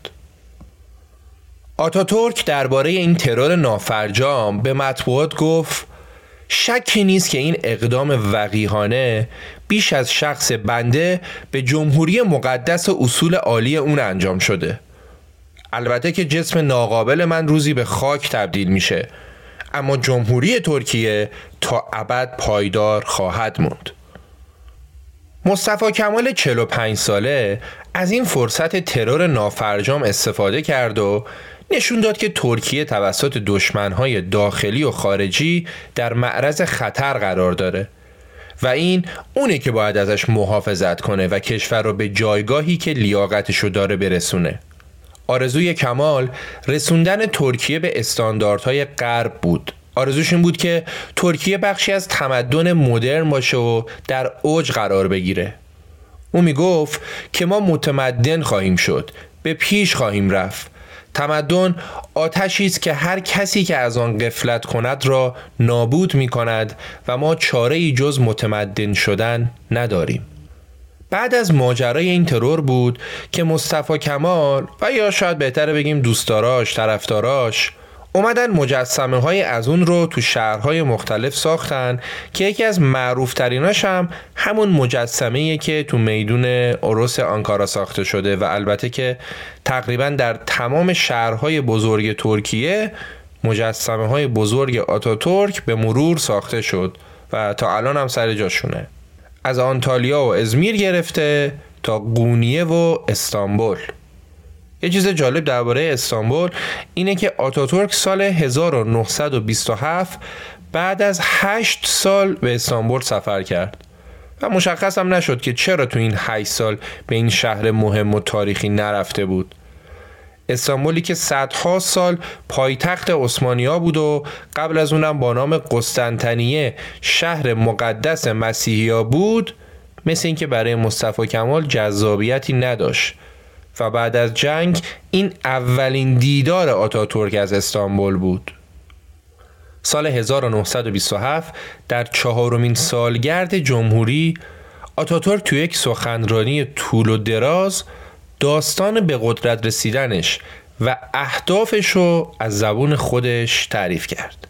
آتاتورک درباره این ترور نافرجام به مطبوعات گفت شکی نیست که این اقدام وقیحانه بیش از شخص بنده به جمهوری مقدس و اصول عالی اون انجام شده. البته که جسم ناقابل من روزی به خاک تبدیل میشه، اما جمهوری ترکیه تا ابد پایدار خواهد موند. مصطفی کمال 45 ساله از این فرصت ترور نافرجام استفاده کرد و نشون داد که ترکیه توسط دشمنهای داخلی و خارجی در معرض خطر قرار داره و این اونه که باید ازش محافظت کنه و کشور رو به جایگاهی که لیاقتشو داره برسونه. آرزوی کمال رسوندن ترکیه به استانداردهای غرب بود. آرزوش این بود که ترکیه بخشی از تمدن مدرن باشه و در اوج قرار بگیره. او میگفت که ما متمدن خواهیم شد، به پیش خواهیم رفت. تمدن آتشی است که هر کسی که از آن غفلت کند را نابود می کند و ما چاره‌ای جز متمدن شدن نداریم. بعد از ماجرای این ترور بود که مصطفی کمال و یا شاید بهتره بگیم دوستداراش، طرفداراش اومدن مجسمه های از اون رو تو شهرهای مختلف ساختن که یکی از معروف تریناش هم همون مجسمه‌ایه که تو میدون اوروس آنکارا ساخته شده و البته که تقریبا در تمام شهرهای بزرگ ترکیه مجسمه های بزرگ آتاتورک به مرور ساخته شد و تا الان هم سر جاشونه. از آنتالیا و ازمیر گرفته تا قونیه و استانبول. یه چیز جالب درباره استانبول اینه که آتاتورک سال 1927 بعد از 8 سال به استانبول سفر کرد و مشخص هم نشد که چرا تو این 8 سال به این شهر مهم و تاریخی نرفته بود. استانبولی که صدها سال پایتخت عثمانی‌ها بود و قبل از اونم با نام قسطنطنیه شهر مقدس مسیحی‌ها بود، مثل این که برای مصطفی کمال جذابیتی نداشت و بعد از جنگ این اولین دیدار آتاتورک از استانبول بود. سال 1927 در 4مین سالگرد جمهوری آتاتورک توی یک سخنرانی طول و دراز داستان به قدرت رسیدنش و اهدافش رو از زبون خودش تعریف کرد.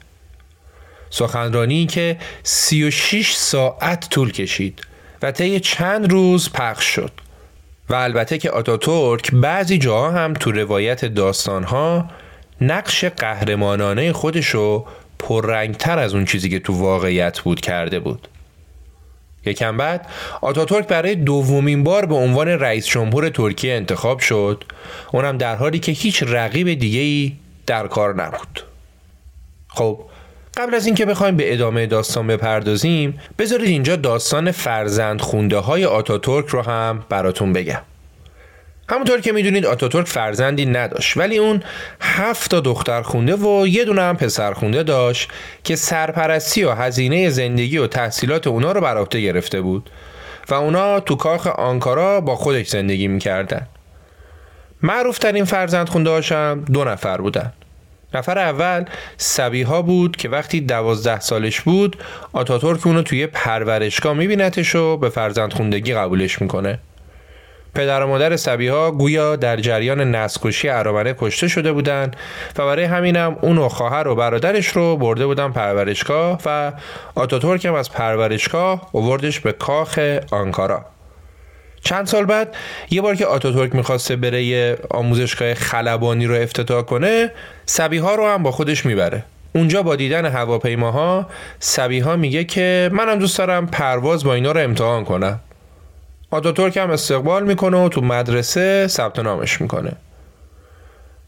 سخنرانی که 36 ساعت طول کشید و طی چند روز پخش شد و البته که آتاتورک بعضی جاها هم تو روایت داستانها نقش قهرمانانه خودشو پررنگتر از اون چیزی که تو واقعیت بود کرده بود. یکم بعد آتاتورک برای 2مین بار به عنوان رئیس جمهور ترکیه انتخاب شد، اونم در حالی که هیچ رقیب دیگه‌ای در کار نبود. خب قبل از اینکه بخوایم به ادامه داستان بپردازیم بذارید اینجا داستان فرزند خونده های آتاتورک رو هم براتون بگم. همونطور که میدونید آتاتورک فرزندی نداشت، ولی اون 7 دختر خونده و 1 دونه هم پسر خونده داشت که سرپرستی و هزینه زندگی و تحصیلات اونا رو بر عهده گرفته بود و اونا تو کاخ آنکارا با خودش زندگی میکردن. معروف ترین فرزند خونده هاشم 2 نفر بودن. نفر اول سبیها بود که وقتی 12 سالش بود آتاتورک اونو توی پرورشگاه میبینتش و به فرزندخوندگی قبولش میکنه. پدر و مادر سبیها گویا در جریان نسل‌کشی ارامنه کشته شده بودن و برای همینم اون و خواهر و برادرش رو برده بودن پرورشگاه و آتاتورک هم از پرورشگاه آوردش به کاخ آنکارا. چند سال بعد یه بار که آتاتورک میخواسته بره یه آموزشگاه خلبانی رو افتتاح کنه، سبیها رو هم با خودش میبره. اونجا با دیدن هواپیماها سبیها میگه که منم دوست دارم پرواز با اینا رو امتحان کنم. آتاتورک هم استقبال میکنه و تو مدرسه ثبت نامش میکنه.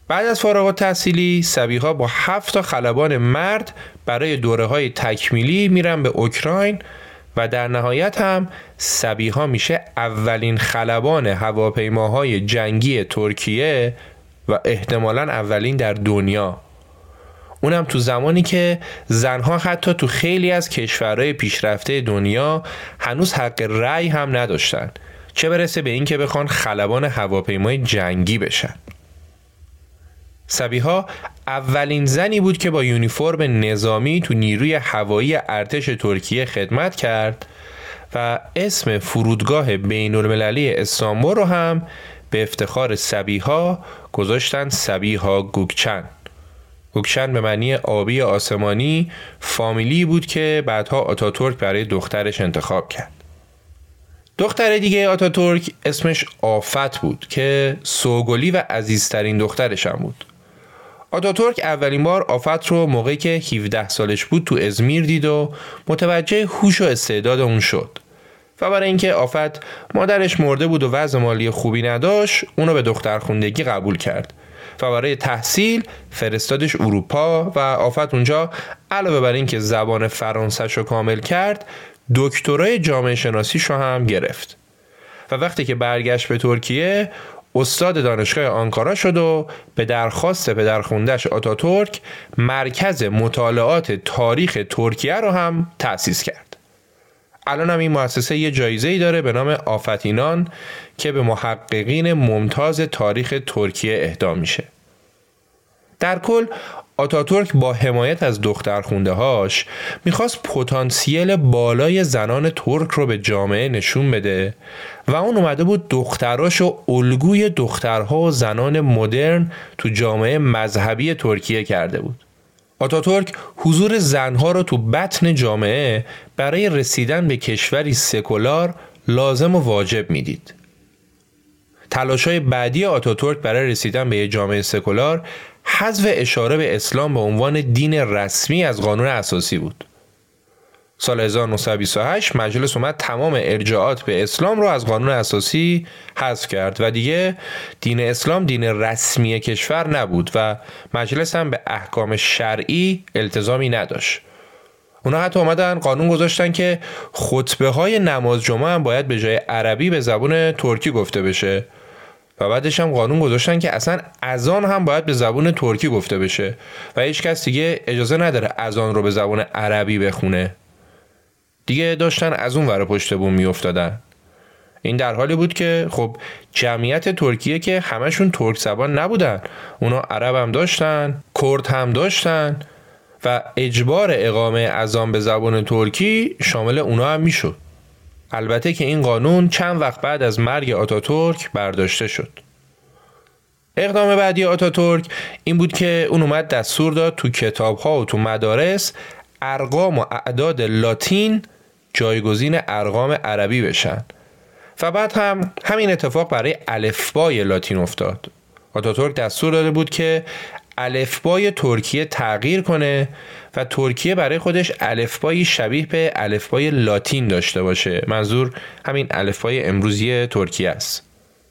بعد از فارغ التحصیلی سبیها با 7 خلبان مرد برای دوره‌های تکمیلی میرن به اوکراین و در نهایت هم سبیها میشه اولین خلبان هواپیماهای جنگی ترکیه و احتمالاً اولین در دنیا. اونم تو زمانی که زنها حتی تو خیلی از کشورهای پیشرفته دنیا هنوز حق رأی هم نداشتن، چه برسه به این که بخوان خلبان هواپیمای جنگی بشن. سبیها اولین زنی بود که با یونیفرم نظامی تو نیروی هوایی ارتش ترکیه خدمت کرد و اسم فرودگاه بین المللی استانبول رو هم به افتخار سبیها گذاشتن سبیها گوکچن. گوکچن به معنی آبی آسمانی فامیلی بود که بعدها آتاتورک برای دخترش انتخاب کرد. دختر دیگه آتاتورک اسمش آفت بود که سوگلی و عزیزترین دخترش هم بود. آتاتورک اولین بار آفت رو موقعی که 17 سالش بود تو ازمیر دید و متوجه هوش و استعداد اون شد و برای اینکه آفت مادرش مرده بود و وضع مالی خوبی نداشت اونو به دخترخوندگی قبول کرد و برای تحصیل فرستادش اروپا و آفت اونجا علاوه بر اینکه زبان فرانسه‌شو کامل کرد دکترای جامعه شناسیشو هم گرفت و وقتی که برگشت به ترکیه استاد دانشگاه آنکارا شد و به درخواست پدرخونده‌اش آتاتورک مرکز مطالعات تاریخ ترکیه رو هم تأسیس کرد. الان هم این مؤسسه یه جایزه‌ای داره به نام آفتینان که به محققین ممتاز تاریخ ترکیه اهدا میشه. در کل آتاتورک با حمایت از دخترخونده‌هاش میخواست پتانسیل بالای زنان ترک رو به جامعه نشون بده و اون اومده بود دختراشو الگوی دخترها و زنان مدرن تو جامعه مذهبی ترکیه کرده بود. آتاتورک حضور زنها رو تو بطن جامعه برای رسیدن به کشوری سکولار لازم و واجب میدید. تلاش‌های بعدی آتاتورک برای رسیدن به یک جامعه سکولار حذف اشاره به اسلام به عنوان دین رسمی از قانون اساسی بود. سال 1928 مجلس اومد تمام ارجاعات به اسلام رو از قانون اساسی حذف کرد و دیگه دین اسلام دین رسمی کشور نبود و مجلس هم به احکام شرعی التزامی نداشت. اونا حتی اومدن قانون گذاشتن که خطبه های نماز جمعه هم باید به جای عربی به زبان ترکی گفته بشه و بعدش هم قانون گذاشتن که اصلا اذان هم باید به زبان ترکی گفته بشه و هیچ کس دیگه اجازه نداره اذان رو به زبان عربی بخونه. دیگه داشتن از اون ور پشت بوم میافتادن. این در حالی بود که خب جمعیت ترکیه که همشون ترک زبان نبودن، اونا عرب هم داشتن، کرد هم داشتن و اجبار اقامه اذان به زبان ترکی شامل اونا هم میشد. البته که این قانون چند وقت بعد از مرگ آتاتورک برداشته شد. اقدام بعدی آتاتورک این بود که اون اومد دستور داد تو کتاب‌ها و تو مدارس ارقام و اعداد لاتین جایگزین ارقام عربی بشن و بعد هم همین اتفاق برای الفبای لاتین افتاد. آتاتورک دستور داده بود که الفبای ترکیه تغییر کنه و ترکیه برای خودش الفبایی شبیه به الفبای لاتین داشته باشه. منظور همین الفبای امروزی ترکیه است.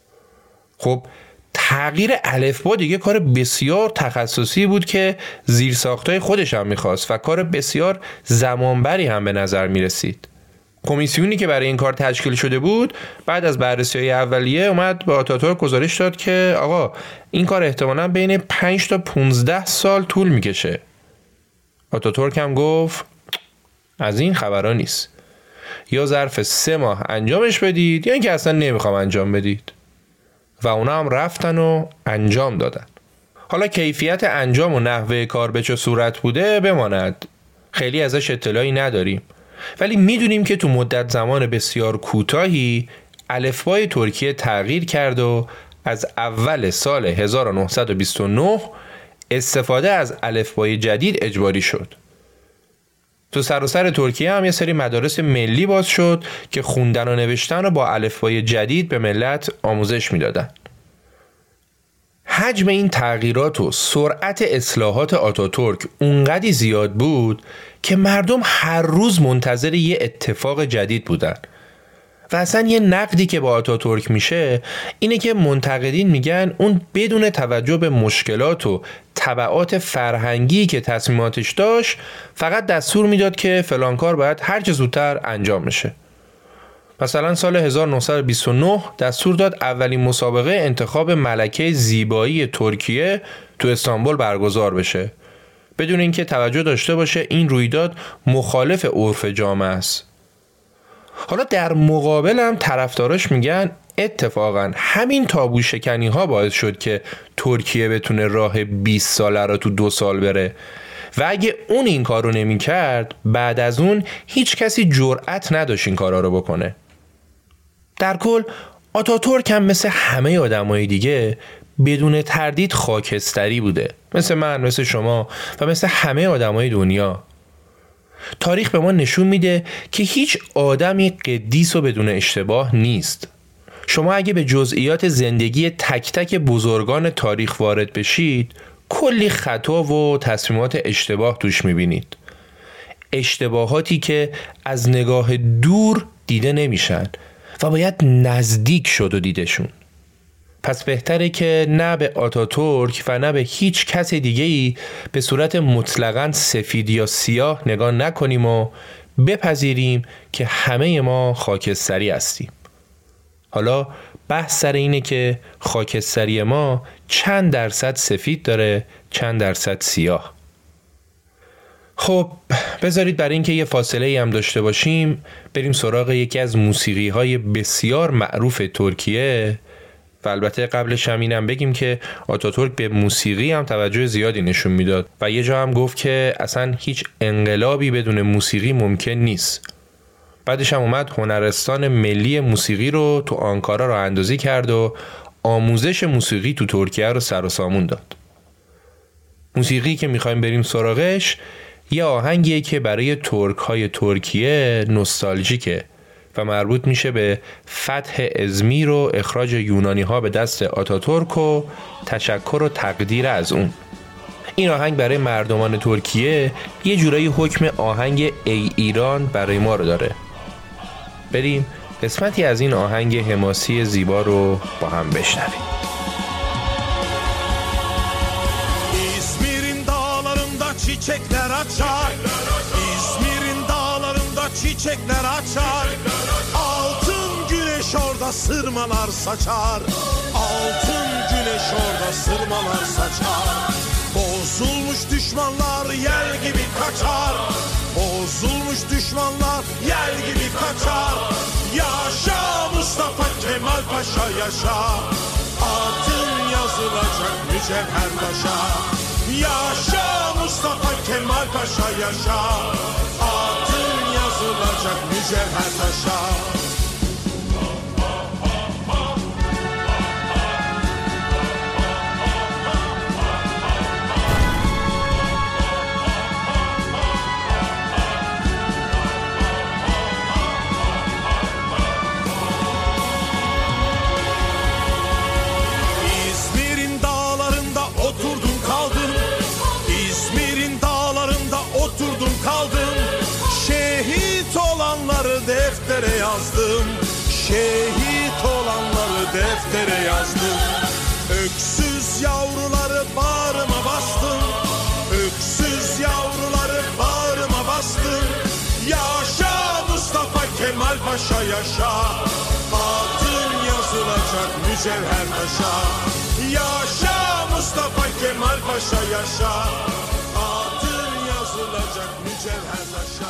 خب تغییر الفبا دیگه کار بسیار تخصصی بود که زیرساختای خودش هم میخواست و کار بسیار زمانبری هم به نظر میرسید. کمیسیونی که برای این کار تشکیل شده بود بعد از بررسی‌های اولیه اومد به آتاتورک گزارش داد که آقا این کار احتمالاً بین 5 تا 15 سال طول میکشه. آتاتورک هم گفت از این خبرها نیست، یا ظرف 3 ماه انجامش بدید یا اینکه اصلا نمیخوام انجام بدید. و اونا هم رفتن و انجام دادن. حالا کیفیت انجام و نحوه کار به چه صورت بوده بماند، خیلی ازش اطلاعی نداریم، ولی میدونیم که تو مدت زمان بسیار کوتاهی الفبای ترکیه تغییر کرد و از اول سال 1929 استفاده از الفبای جدید اجباری شد. تو سراسر ترکیه هم یه سری مدارس ملی باز شد که خوندن و نوشتن رو با الفبای جدید به ملت آموزش میدادن. حجم این تغییرات و سرعت اصلاحات آتاتورک اونقدی زیاد بود که مردم هر روز منتظر یه اتفاق جدید بودن و اصلا یه نقدی که با آتاتورک میشه اینه که منتقدین میگن اون بدون توجه به مشکلات و تبعات فرهنگی که تصمیماتش داشت فقط دستور میداد که فلان کار باید هر چه زودتر انجام بشه. مثلا سال 1929 دستور داد اولین مسابقه انتخاب ملکه زیبایی ترکیه تو استانبول برگزار بشه، بدون اینکه توجه داشته باشه این رویداد مخالف عرف جامعه است. حالا در مقابل هم طرفداراش میگن اتفاقا همین تابو شکنی ها باعث شد که ترکیه بتونه راه 20 ساله را تو 2 سال بره و اگه اون این کارو نمی کرد بعد از اون هیچ کسی جرأت نداشت این کارا رو بکنه. در کل آتاتورک هم مثل همه آدمای دیگه بدون تردید خاکستری بوده، مثل من، مثل شما و مثل همه آدمای دنیا. تاریخ به ما نشون میده که هیچ آدمی قدیس و بدون اشتباه نیست. شما اگه به جزئیات زندگی تک تک بزرگان تاریخ وارد بشید کلی خطا و تصمیمات اشتباه توش میبینید، اشتباهاتی که از نگاه دور دیده نمیشن و باید نزدیک شد و دیدشون. پس بهتره که نه به آتاتورک و نه به هیچ کس دیگه‌ای به صورت مطلقاً سفید یا سیاه نگاه نکنیم و بپذیریم که همه ما خاکستری هستیم. حالا بحث سر اینه که خاکستری ما چند درصد سفید داره، چند درصد سیاه. خب بذارید برای اینکه یه فاصله هم داشته باشیم بریم سراغ یکی از موسیقی‌های بسیار معروف ترکیه. و البته قبلش هم اینم بگیم که آتاتورک به موسیقی هم توجه زیادی نشون میداد و یه جا هم گفت که اصلا هیچ انقلابی بدون موسیقی ممکن نیست. بعدش هم اومد هنرستان ملی موسیقی رو تو آنکارا راه اندازی کرد و آموزش موسیقی تو ترکیه رو سر و سامون داد. موسیقی که میخوایم بریم سراغش یه آهنگیه که برای ترک‌های ترکیه نوستالژیکه و مربوط میشه به فتح ازمیر و اخراج یونانی ها به دست آتاتورک و تشکر و تقدیر از اون. این آهنگ برای مردمان ترکیه یه جورایی حکم آهنگ ای ایران برای ما رو داره. بریم قسمتی از این آهنگ حماسی زیبا رو با هم بشنویم. İzmir'in dağlarında çiçekler açar, İzmir'in dağlarında çiçekler açar, altın güneş orada sırmalar saçar, altın güneş orada sırmalar saçar. Bozulmuş düşmanlar yel gibi kaçar, bozulmuş düşmanlar yel gibi kaçar. Yaşa Mustafa Kemal Paşa yaşa, adın yazılacak mücevher taşa. Yaşa Mustafa Kemal Paşa yaşa, adın yazılacak mücevher taşa. Deftere yazdım, şehit olanları deftere yazdım. Öksüz yavruları bağrıma bastım, öksüz yavruları bağrıma bastım. Yaşa Mustafa Kemal Paşa yaşa, adın yazılacak mücevher taşa. Yaşa Mustafa Kemal Paşa yaşa, adın yazılacak mücevher taşa.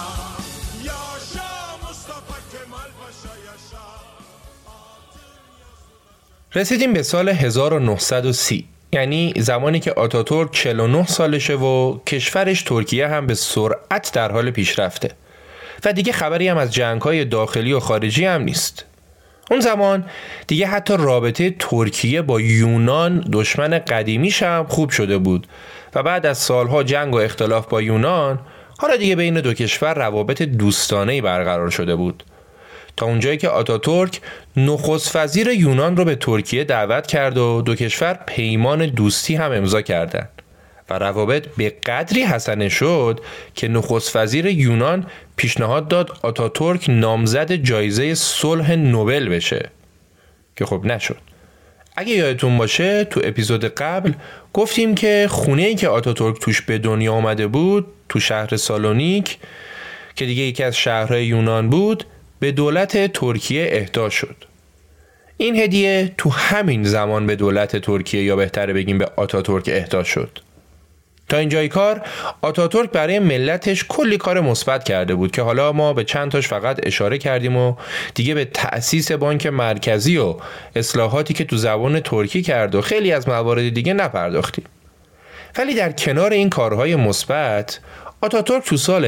رسیدیم به سال 1930، یعنی زمانی که آتاتورک 49 سالشه و کشورش ترکیه هم به سرعت در حال پیشرفته و دیگه خبری هم از جنگ‌های داخلی و خارجی هم نیست. اون زمان دیگه حتی رابطه ترکیه با یونان، دشمن قدیمیش هم خوب شده بود و بعد از سالها جنگ و اختلاف با یونان حالا دیگه بین دو کشور روابط دوستانه‌ای برقرار شده بود، تا اونجایی که آتاتورک نخست وزیر یونان رو به ترکیه دعوت کرد و دو کشور پیمان دوستی هم امضا کردند. و روابط به قدری حسنه شد که نخست وزیر یونان پیشنهاد داد آتاتورک نامزد جایزه صلح نوبل بشه که خب نشد. اگه یادتون باشه تو اپیزود قبل گفتیم که خونه‌ای که آتاتورک توش به دنیا آمده بود تو شهر سالونیک که دیگه یکی از شهرهای یونان بود به دولت ترکیه اهدا شد. این هدیه تو همین زمان به دولت ترکیه یا بهتره بگیم به آتاتورک اهدا شد. تا اینجای کار آتاتورک برای ملتش کلی کار مثبت کرده بود که حالا ما به چند تاش فقط اشاره کردیم و دیگه به تأسیس بانک مرکزی و اصلاحاتی که تو زبان ترکی کرد و خیلی از موارد دیگه نپرداختیم. ولی در کنار این کارهای مثبت آتاتورک تو سال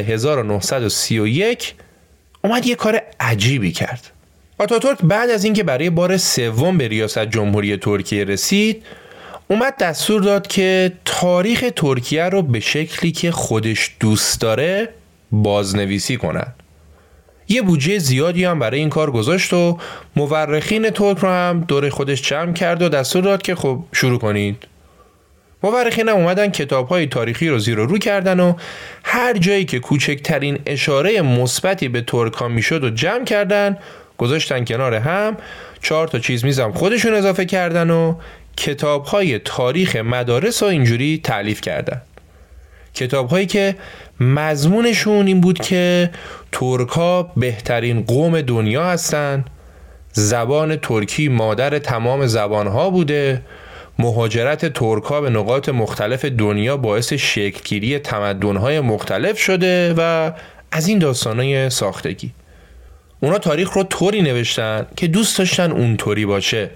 1931 اومد یه کار عجیبی کرد. آتاتورک بعد از اینکه برای بار سوم به ریاست جمهوری ترکیه رسید اومد دستور داد که تاریخ ترکیه رو به شکلی که خودش دوست داره بازنویسی کنن. یه بودجه زیادی هم برای این کار گذاشت و مورخین ترک رو هم دور خودش جمع کرد و دستور داد که خب شروع کنید. مورخین هم اومدن کتاب‌های تاریخی رو زیر و رو کردن و هر جایی که کوچکترین اشاره مثبتی به ترک‌ها میشد و جمع کردن گذاشتن کنار هم، 4 تا چیز میزم خودشون اضافه کردن و کتاب‌های تاریخ مدارس رو اینجوری تألیف کردن. کتاب‌هایی که مضمونشون این بود که ترک‌ها بهترین قوم دنیا هستن، زبان ترکی مادر تمام زبان‌ها بوده، مهاجرت ترک‌ها به نقاط مختلف دنیا باعث شکل‌گیری تمدن‌های مختلف شده و از این داستان‌های ساختگی. اونا تاریخ رو طوری نوشتن که دوست داشتن اونطوری باشه.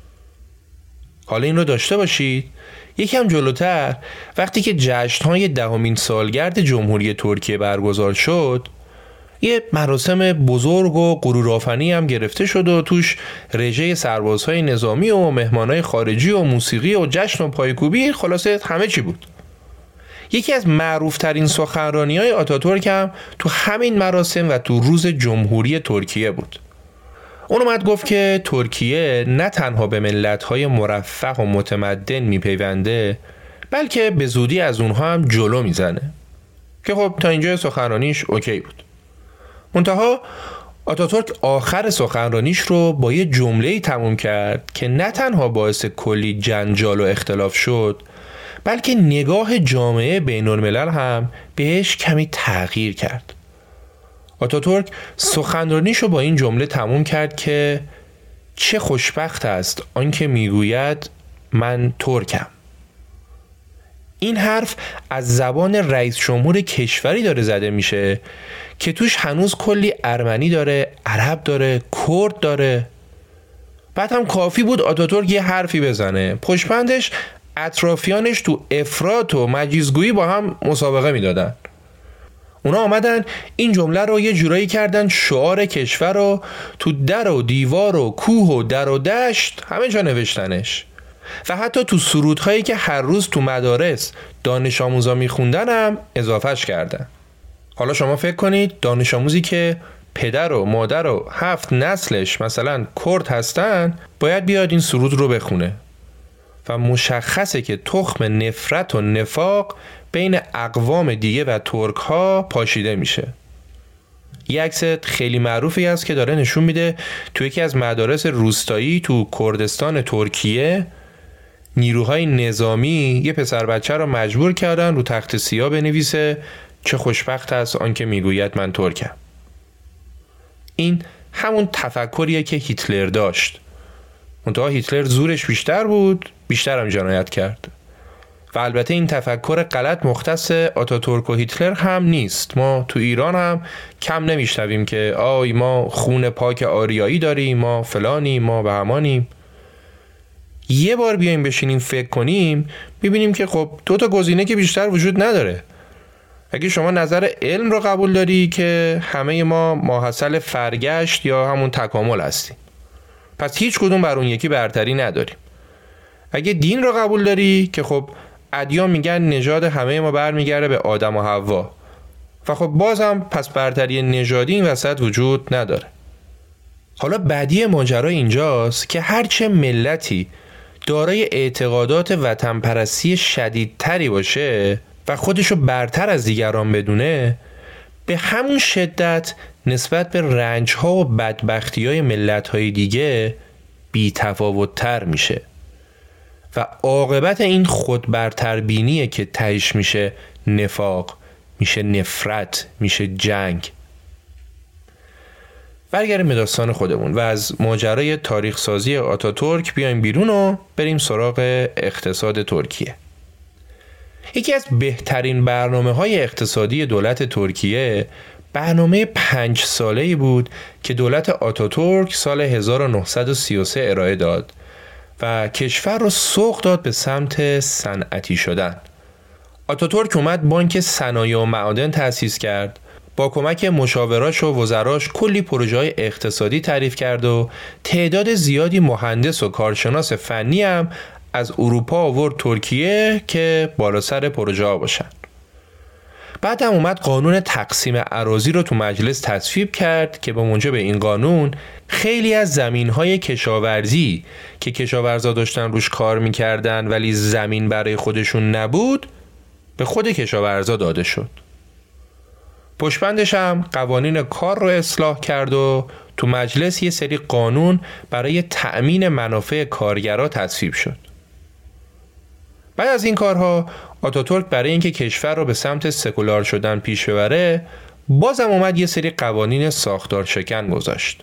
حالا این رو داشته باشید یکم جلوتر وقتی که جشن‌های 10مین سالگرد جمهوری ترکیه برگزار شد یه مراسم بزرگ و غرورآفرینی هم گرفته شد و توش رژه سربازهای نظامی و مهمانای خارجی و موسیقی و جشن و پایکوبی خلاصه همه چی بود. یکی از معروفترین سخنرانی‌های آتاتورک هم تو همین مراسم و تو روز جمهوری ترکیه بود. اون اومد گفت که ترکیه نه تنها به ملت‌های مرفه و متمدن میپیونده بلکه به زودی از اونها هم جلو میزنه که خب تا اینجا سخنرانیش اوکی بود. منتها آتاتورک آخر سخنرانیش رو با یه جمله‌ای تموم کرد که نه تنها باعث کلی جنجال و اختلاف شد بلکه نگاه جامعه بین‌الملل هم بهش کمی تغییر کرد. آتاتورک سخنرانیشو با این جمله تموم کرد که چه خوشبخت است آنکه میگوید من ترکم. این حرف از زبان رئیس جمهور کشوری داره زده میشه که توش هنوز کلی ارمنی داره، عرب داره، کرد داره. بعد هم کافی بود آتاتورک یه حرفی بزنه پشتبندش اطرافیانش تو افراط و مجیزگویی با هم مسابقه میدادن. اونا آمدن این جمله رو یه جورایی کردن شعار کشور رو تو در و دیوار و کوه و در و دشت همه جا نوشتنش و حتی تو سرودهایی که هر روز تو مدارس دانش آموزا میخوندن هم اضافهش کردن. حالا شما فکر کنید دانش آموزی که پدر و مادر و 7 نسلش مثلا کرد هستن باید بیاد این سرود رو بخونه و مشخصه که تخم نفرت و نفاق بین اقوام دیگه و ترک ها پاشیده میشه. یه عکس خیلی معروفی هست که داره نشون میده تو یکی از مدارس روستایی تو کردستان ترکیه نیروهای نظامی یه پسر بچه رو مجبور کردن رو تخت سیاه بنویسه چه خوشبخت است آنکه میگوید من ترکم. این همون تفکریه که هیتلر داشت. منتها هیتلر زورش بیشتر بود، بیشتر هم جنایت کرد. و البته این تفکر غلط مختص آتاتورک و هیتلر هم نیست. ما تو ایران هم کم نمیشنویم که آی ما خون پاک آریایی داریم، ما فلانیم، ما بهمانیم. یه بار بیایم بشینیم فکر کنیم ببینیم که خب 2 تا گزینه که بیشتر وجود نداره. اگه شما نظر علم رو قبول داری که همه ما ماحصل فرگشت یا همون تکامل هستیم، پس هیچ کدوم بر اون یکی برتری نداریم. اگه دین رو قبول داری که خب ادیان میگن نژاد همه ما برمیگرده به آدم و حوا و خب بازم پس برتری نژادی این وسط وجود نداره. حالا بعدی ماجرا اینجاست که هرچه ملتی دارای اعتقادات وطن پرستی شدیدتری باشه و خودشو برتر از دیگران بدونه، به همون شدت نسبت به رنج‌ها و بدبختی‌های ملت‌های دیگه بی‌تفاوت‌تر میشه و عاقبت این خودبرتربینیه که تهش میشه نفاق، میشه نفرت، میشه جنگ. برگردیم به داستان خودمون و از ماجرای تاریخ سازی آتاتورک بیایم بیرون و بریم سراغ اقتصاد ترکیه. یکی از بهترین برنامه‌های اقتصادی دولت ترکیه برنامه 5 ساله‌ای بود که دولت آتاتورک سال 1933 ارائه داد و کشور رو سوق داد به سمت صنعتی شدن. آتاتورک اومد بانک صنایع و معادن تأسیس کرد، با کمک مشاوراش و وزراش کلی پروژه‌های اقتصادی تعریف کرد و تعداد زیادی مهندس و کارشناس فنی هم از اروپا آورد ترکیه که بالا سر پروژه ها باشن. بعد هم اومد قانون تقسیم اراضی رو تو مجلس تصویب کرد که به موجب این قانون خیلی از زمین‌های کشاورزی که کشاورزا داشتن روش کار می‌کردن ولی زمین برای خودشون نبود به خود کشاورزا داده شد. پشتبندش هم قوانین کار رو اصلاح کرد و تو مجلس یه سری قانون برای تأمین منافع کارگرا تصویب شد. بعد از این کارها آتاتورک برای اینکه کشور رو به سمت سکولار شدن پیش ببره بازم اومد یه سری قوانین ساختار شکن گذاشت.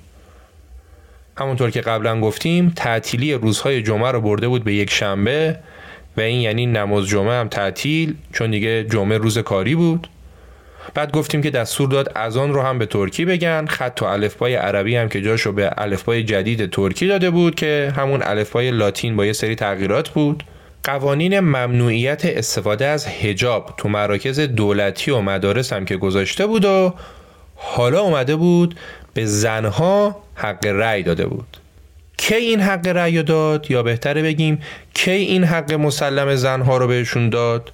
همونطور که قبلا گفتیم تعطیلی روزهای جمعه رو برده بود به یک شنبه و این یعنی نماز جمعه هم تعطیل، چون دیگه جمعه روز کاری بود. بعد گفتیم که دستور داد اذان رو هم به ترکی بگن، خط و الفبای عربی هم که جاشو به الفبای جدید ترکی داده بود که همون الفبای لاتین با یه سری تغییرات بود. قوانین ممنوعیت استفاده از حجاب تو مراکز دولتی و مدارس هم که گذاشته بود و حالا اومده بود به زنها حق رأی داده بود. کی این حق رأی داد؟ یا بهتره بگیم کی این حق مسلم زنها رو بهشون داد؟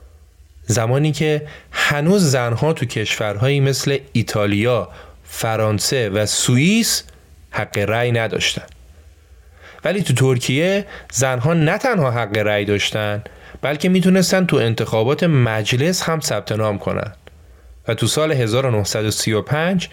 زمانی که هنوز زنها تو کشورهایی مثل ایتالیا، فرانسه و سوئیس حق رأی نداشتن. ولی تو ترکیه زنها نه تنها حق رأی داشتن بلکه میتونستن تو انتخابات مجلس هم ثبت نام کنن و تو سال 1935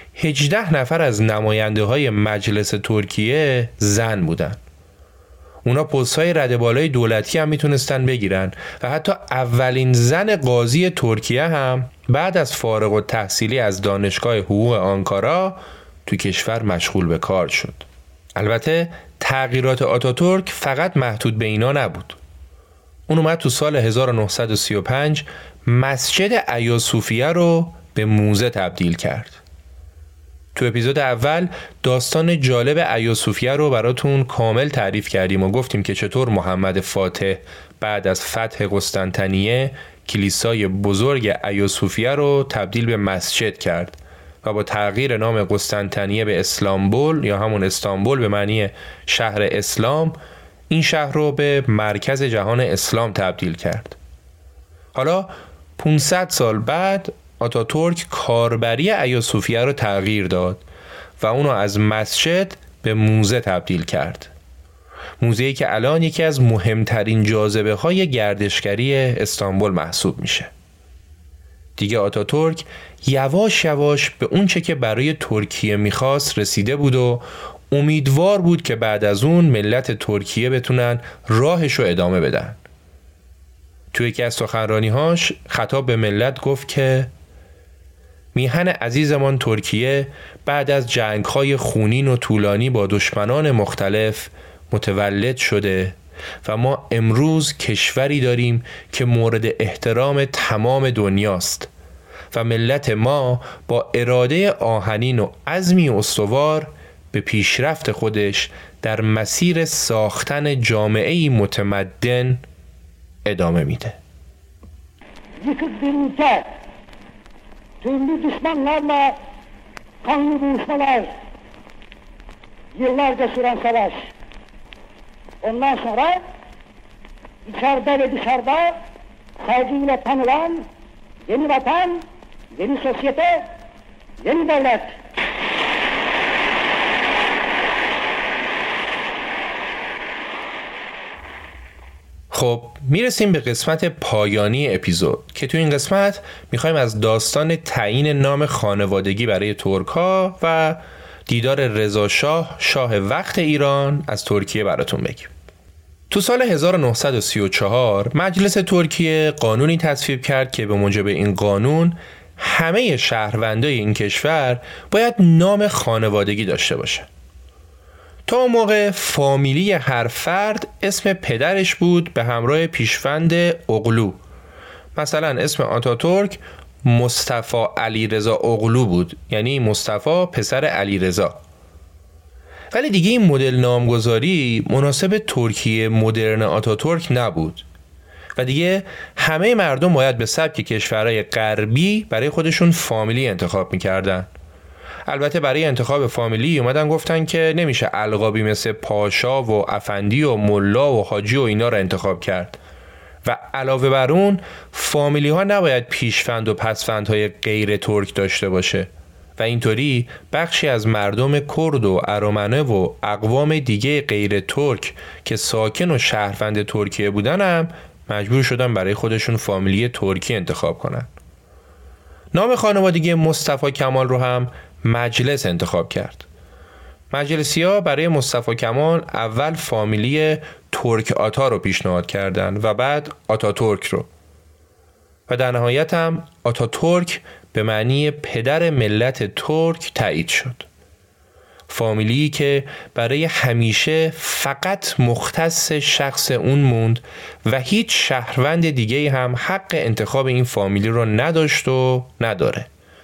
18 نفر از نماینده های مجلس ترکیه زن بودن. اونا پست‌های رده بالای دولتی هم میتونستن بگیرن و حتی اولین زن قاضی ترکیه هم بعد از فارغ التحصیلی از دانشگاه حقوق آنکارا تو کشور مشغول به کار شد. البته تغییرات آتاتورک فقط محدود به اینا نبود. اون اومد تو سال 1935 مسجد ایاصوفیه رو به موزه تبدیل کرد. تو اپیزود اول داستان جالب ایاصوفیه رو براتون کامل تعریف کردیم و گفتیم که چطور محمد فاتح بعد از فتح قسطنطنیه کلیسای بزرگ ایاصوفیه رو تبدیل به مسجد کرد و با تغییر نام قسطنطنیه به اسلامبول یا همون استانبول به معنی شهر اسلام این شهر رو به مرکز جهان اسلام تبدیل کرد. حالا 500 سال بعد آتاتورک کاربری ایاصوفیه رو تغییر داد و اونو از مسجد به موزه تبدیل کرد. موزه‌ای که الان یکی از مهمترین جاذبه های گردشگری استانبول محسوب میشه. دیگه آتاتورک یواش یواش به اون چه که برای ترکیه میخواست رسیده بود و امیدوار بود که بعد از اون ملت ترکیه بتونن راهشو ادامه بدن. توی یکی از سخنرانی‌هاش خطاب به ملت گفت که میهن عزیزمان ترکیه بعد از جنگ‌های خونین و طولانی با دشمنان مختلف متولد شده و ما امروز کشوری داریم که مورد احترام تمام دنیاست و ملت ما با اراده آهنین و عزمی استوار به پیشرفت خودش در مسیر ساختن جامعه‌ای متمدن ادامه میده. Yıkık bir ülke, türlü düşmanlarla kanlı buluşmalar, yıllarca süren savaş. Ondan sonra içeride ve dışarıda saygıyla tanılan yeni vatan, yeni sosyete, yeni devlet. خب میرسیم به قسمت پایانی اپیزود که تو این قسمت میخوایم از داستان تعیین نام خانوادگی برای ترک‌ها و دیدار رضا شاه شاه وقت ایران از ترکیه براتون بگیم. تو سال 1934 مجلس ترکیه قانونی تصویب کرد که به موجب این قانون همه شهروندای این کشور باید نام خانوادگی داشته باشه. تا اون موقع فامیلی هر فرد اسم پدرش بود به همراه پیشوند اغلو. مثلا اسم آتاتورک مصطفی علیرضا اغلو بود، یعنی مصطفی پسر علیرضا. ولی دیگه این مدل نامگذاری مناسب ترکیه مدرن آتاتورک نبود و دیگه همه مردم باید به سبک کشورهای غربی برای خودشون فامیلی انتخاب میکردن. البته برای انتخاب فامیلی اومدن گفتن که نمیشه القابی مثل پاشا و افندی و ملا و حاجی و اینا رو انتخاب کرد و علاوه بر اون فامیلی ها نباید پیشوند و پسوندهای غیر ترک داشته باشه و اینطوری بخشی از مردم کرد و ارامنه و اقوام دیگه غیر ترک که ساکن و شهروند ترکیه بودن هم مجبور شدن برای خودشون فامیلی ترکی انتخاب کنن. نام خانوادگی مصطفی کمال رو هم مجلس انتخاب کرد. مجلسی‌ها برای مصطفی کمال اول فامیلی ترک آتا رو پیشنهاد کردند و بعد آتاتورک رو و در نهایت هم آتاتورک به معنی پدر ملت ترک تایید شد. فامیلی که برای همیشه فقط مختص شخص اون موند و هیچ شهروند دیگه هم حق انتخاب این فامیلی رو نداشت و نداره.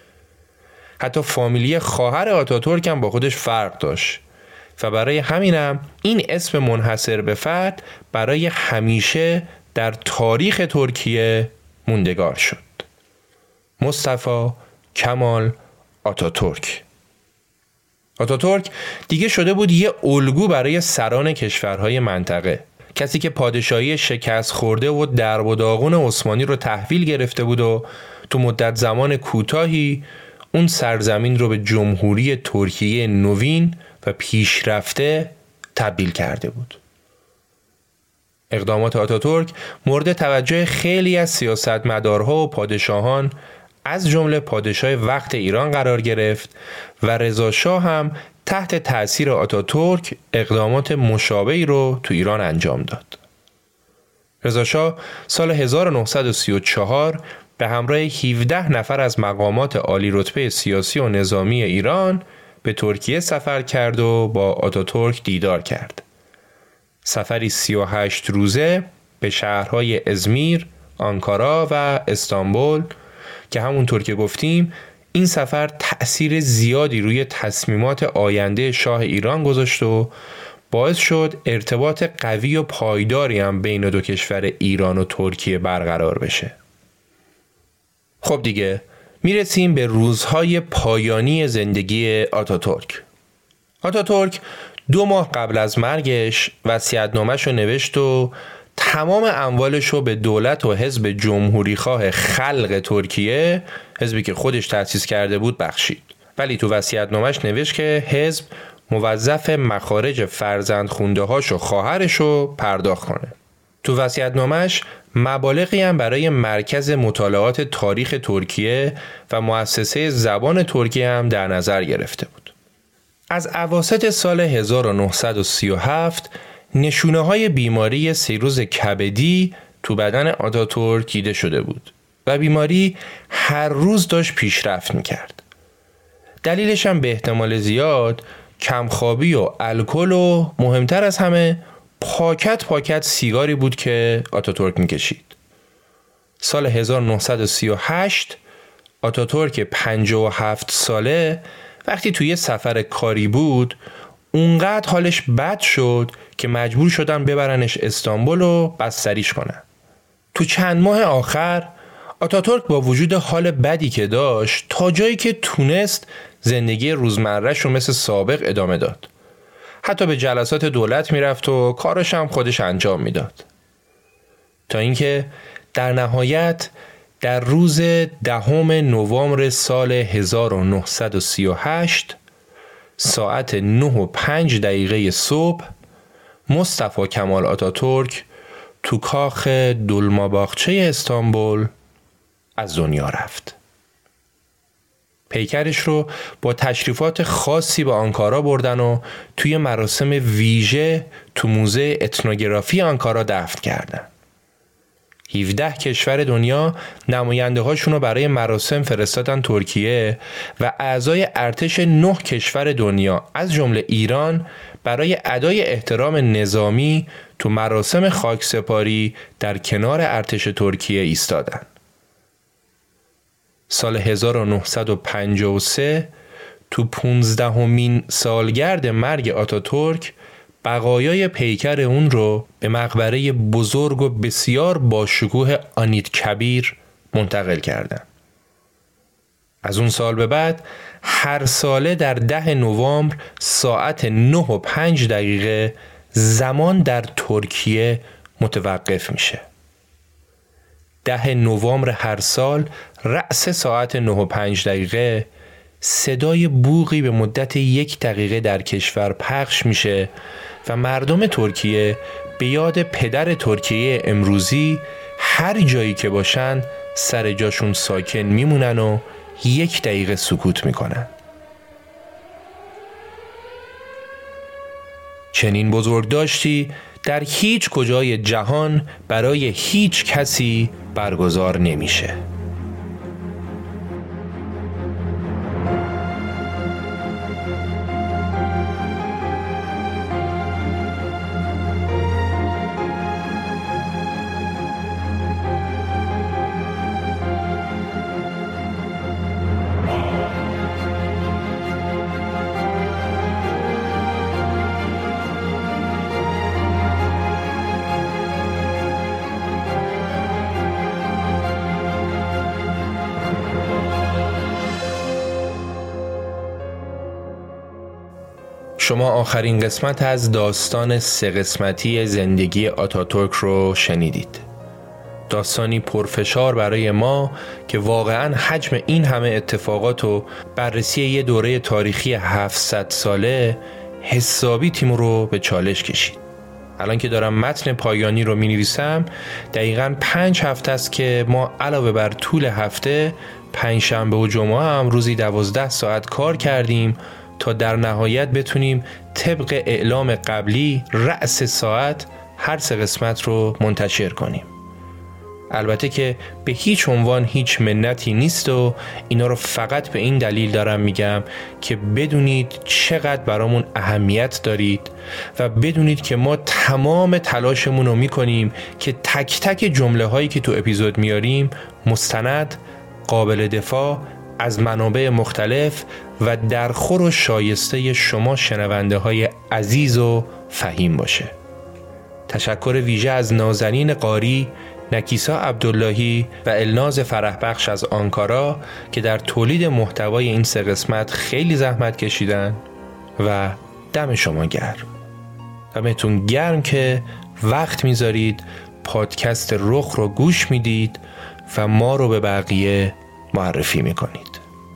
حتی فامیلی خواهر آتاتورک هم با خودش فرق داشت و برای همینم این اسم منحصر به فرد برای همیشه در تاریخ ترکیه موندگار شد. مصطفی کمال آتاتورک. آتاتورک دیگه شده بود یه الگو برای سران کشورهای منطقه. کسی که پادشاهی شکست خورده و درب و داغون عثمانی رو تحویل گرفته بود و تو مدت زمان کوتاهی اون سرزمین رو به جمهوری ترکیه نوین و پیشرفته تبدیل کرده بود. اقدامات آتاتورک مورد توجه خیلی از سیاستمدارها و پادشاهان از جمله پادشاه وقت ایران قرار گرفت و رضا شاه هم تحت تأثیر آتاتورک اقدامات مشابهی رو تو ایران انجام داد. رضا شاه سال 1934 به همراه 17 نفر از مقامات عالی رتبه سیاسی و نظامی ایران به ترکیه سفر کرد و با آتاتورک دیدار کرد. سفری 38 روزه به شهرهای ازمیر، آنکارا و استانبول که همونطور که گفتیم این سفر تأثیر زیادی روی تصمیمات آینده شاه ایران گذاشت و باعث شد ارتباط قوی و پایداری هم بین دو کشور ایران و ترکیه برقرار بشه. خب دیگه میرسیم به روزهای پایانی زندگی آتاتورک. آتاتورک 2 ماه قبل از مرگش وصیت‌نامه‌شو نوشت و تمام اموالش رو به دولت و حزب جمهوریخواه خلق ترکیه، حزبی که خودش تأسیس کرده بود، بخشید. ولی تو وصیت‌نامه‌اش نوشت که حزب موظف مخارج فرزند خونده‌هاش و خواهرش رو پرداخت کنه. تو وصیت‌نامه‌اش مبالغی هم برای مرکز مطالعات تاریخ ترکیه و مؤسسه زبان ترکیه هم در نظر گرفته بود. از اواسط سال 1937 نشونه‌های بیماری سیروز کبدی تو بدن آتاتورک دیده شده بود و بیماری هر روز داشت پیشرفت می‌کرد. دلیلش هم به احتمال زیاد کمخوابی و الکل و مهمتر از همه پاکت سیگاری بود که آتاتورک می‌کشید. سال 1938 آتاتورک 57 ساله وقتی توی سفر کاری بود اونقدر حالش بد شد که مجبور شدن ببرنش استانبول و بستریش کنن. تو چند ماه آخر آتاتورک با وجود حال بدی که داشت تا جایی که تونست زندگی روزمره‌اش رو مثل سابق ادامه داد. حتی به جلسات دولت میرفت و کارش هم خودش انجام میداد. تا اینکه در نهایت در روز 10 نوامبر سال 1938 ساعت 9:05 صبح مصطفی کمال آتاتورک تو کاخ دلماباغچه استانبول از دنیا رفت. پیکرش رو با تشریفات خاصی به آنکارا بردن و توی مراسم ویژه تو موزه اتنوگرافی آنکارا دفن کردن. 17 کشور دنیا نماینده هاشون رو برای مراسم فرستادن ترکیه و اعضای ارتش 9 کشور دنیا از جمله ایران برای ادای احترام نظامی تو مراسم خاکسپاری در کنار ارتش ترکیه ایستادن. سال 1953 تو 15مین سالگرد مرگ آتاتورک بقایای پیکر اون رو به مقبره بزرگ و بسیار باشکوه آنیتکبیر منتقل کردن. از اون سال به بعد هر ساله در 10 نوامبر ساعت 9:05 زمان در ترکیه متوقف میشه. 10 نوامبر هر سال رأس ساعت 9:05 صدای بوقی به مدت 1 دقیقه در کشور پخش میشه و مردم ترکیه به یاد پدر ترکیه امروزی هر جایی که باشن سر جاشون ساکن میمونن و 1 دقیقه سکوت میکنن. چنین بزرگداشتی در هیچ کجای جهان برای هیچ کسی برگزار نمیشه. شما آخرین قسمت از داستان 3 قسمتی زندگی آتاتورک رو شنیدید. داستانی پرفشار برای ما که واقعاً حجم این همه اتفاقات و بررسی یه دوره تاریخی 700 ساله حسابی تیم رو به چالش کشید. الان که دارم متن پایانی رو می نویسم دقیقاً 5 هفته است که ما علاوه بر طول هفته 5 شنبه و جمعه هم روزی 12 ساعت کار کردیم تا در نهایت بتونیم طبق اعلام قبلی رأس ساعت هر 3 قسمت رو منتشر کنیم. البته که به هیچ عنوان هیچ منتی نیست و اینا رو فقط به این دلیل دارم میگم که بدونید چقدر برامون اهمیت دارید و بدونید که ما تمام تلاشمون رو میکنیم که تک تک جمله هایی که تو اپیزود میاریم مستند، قابل دفاع، از منابع مختلف و درخور و شایسته شما شنونده های عزیز و فهیم باشه. تشکر ویژه از نازنین قاری، نکیسا عبداللهی و الناز فرحبخش از آنکارا که در تولید محتوای این 3 قسمت خیلی زحمت کشیدن و دم شما گرم. دمتون گرم که وقت میذارید پادکست رخ رو گوش میدید و ما رو به بقیه معرفی میکنید.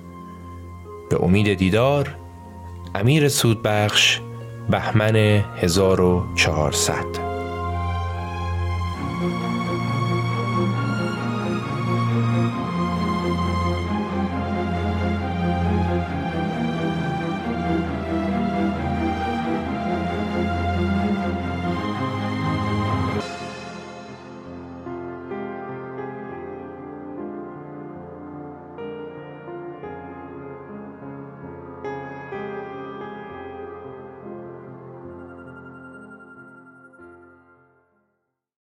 به امید دیدار، امیر سودبخش، بهمن 1400.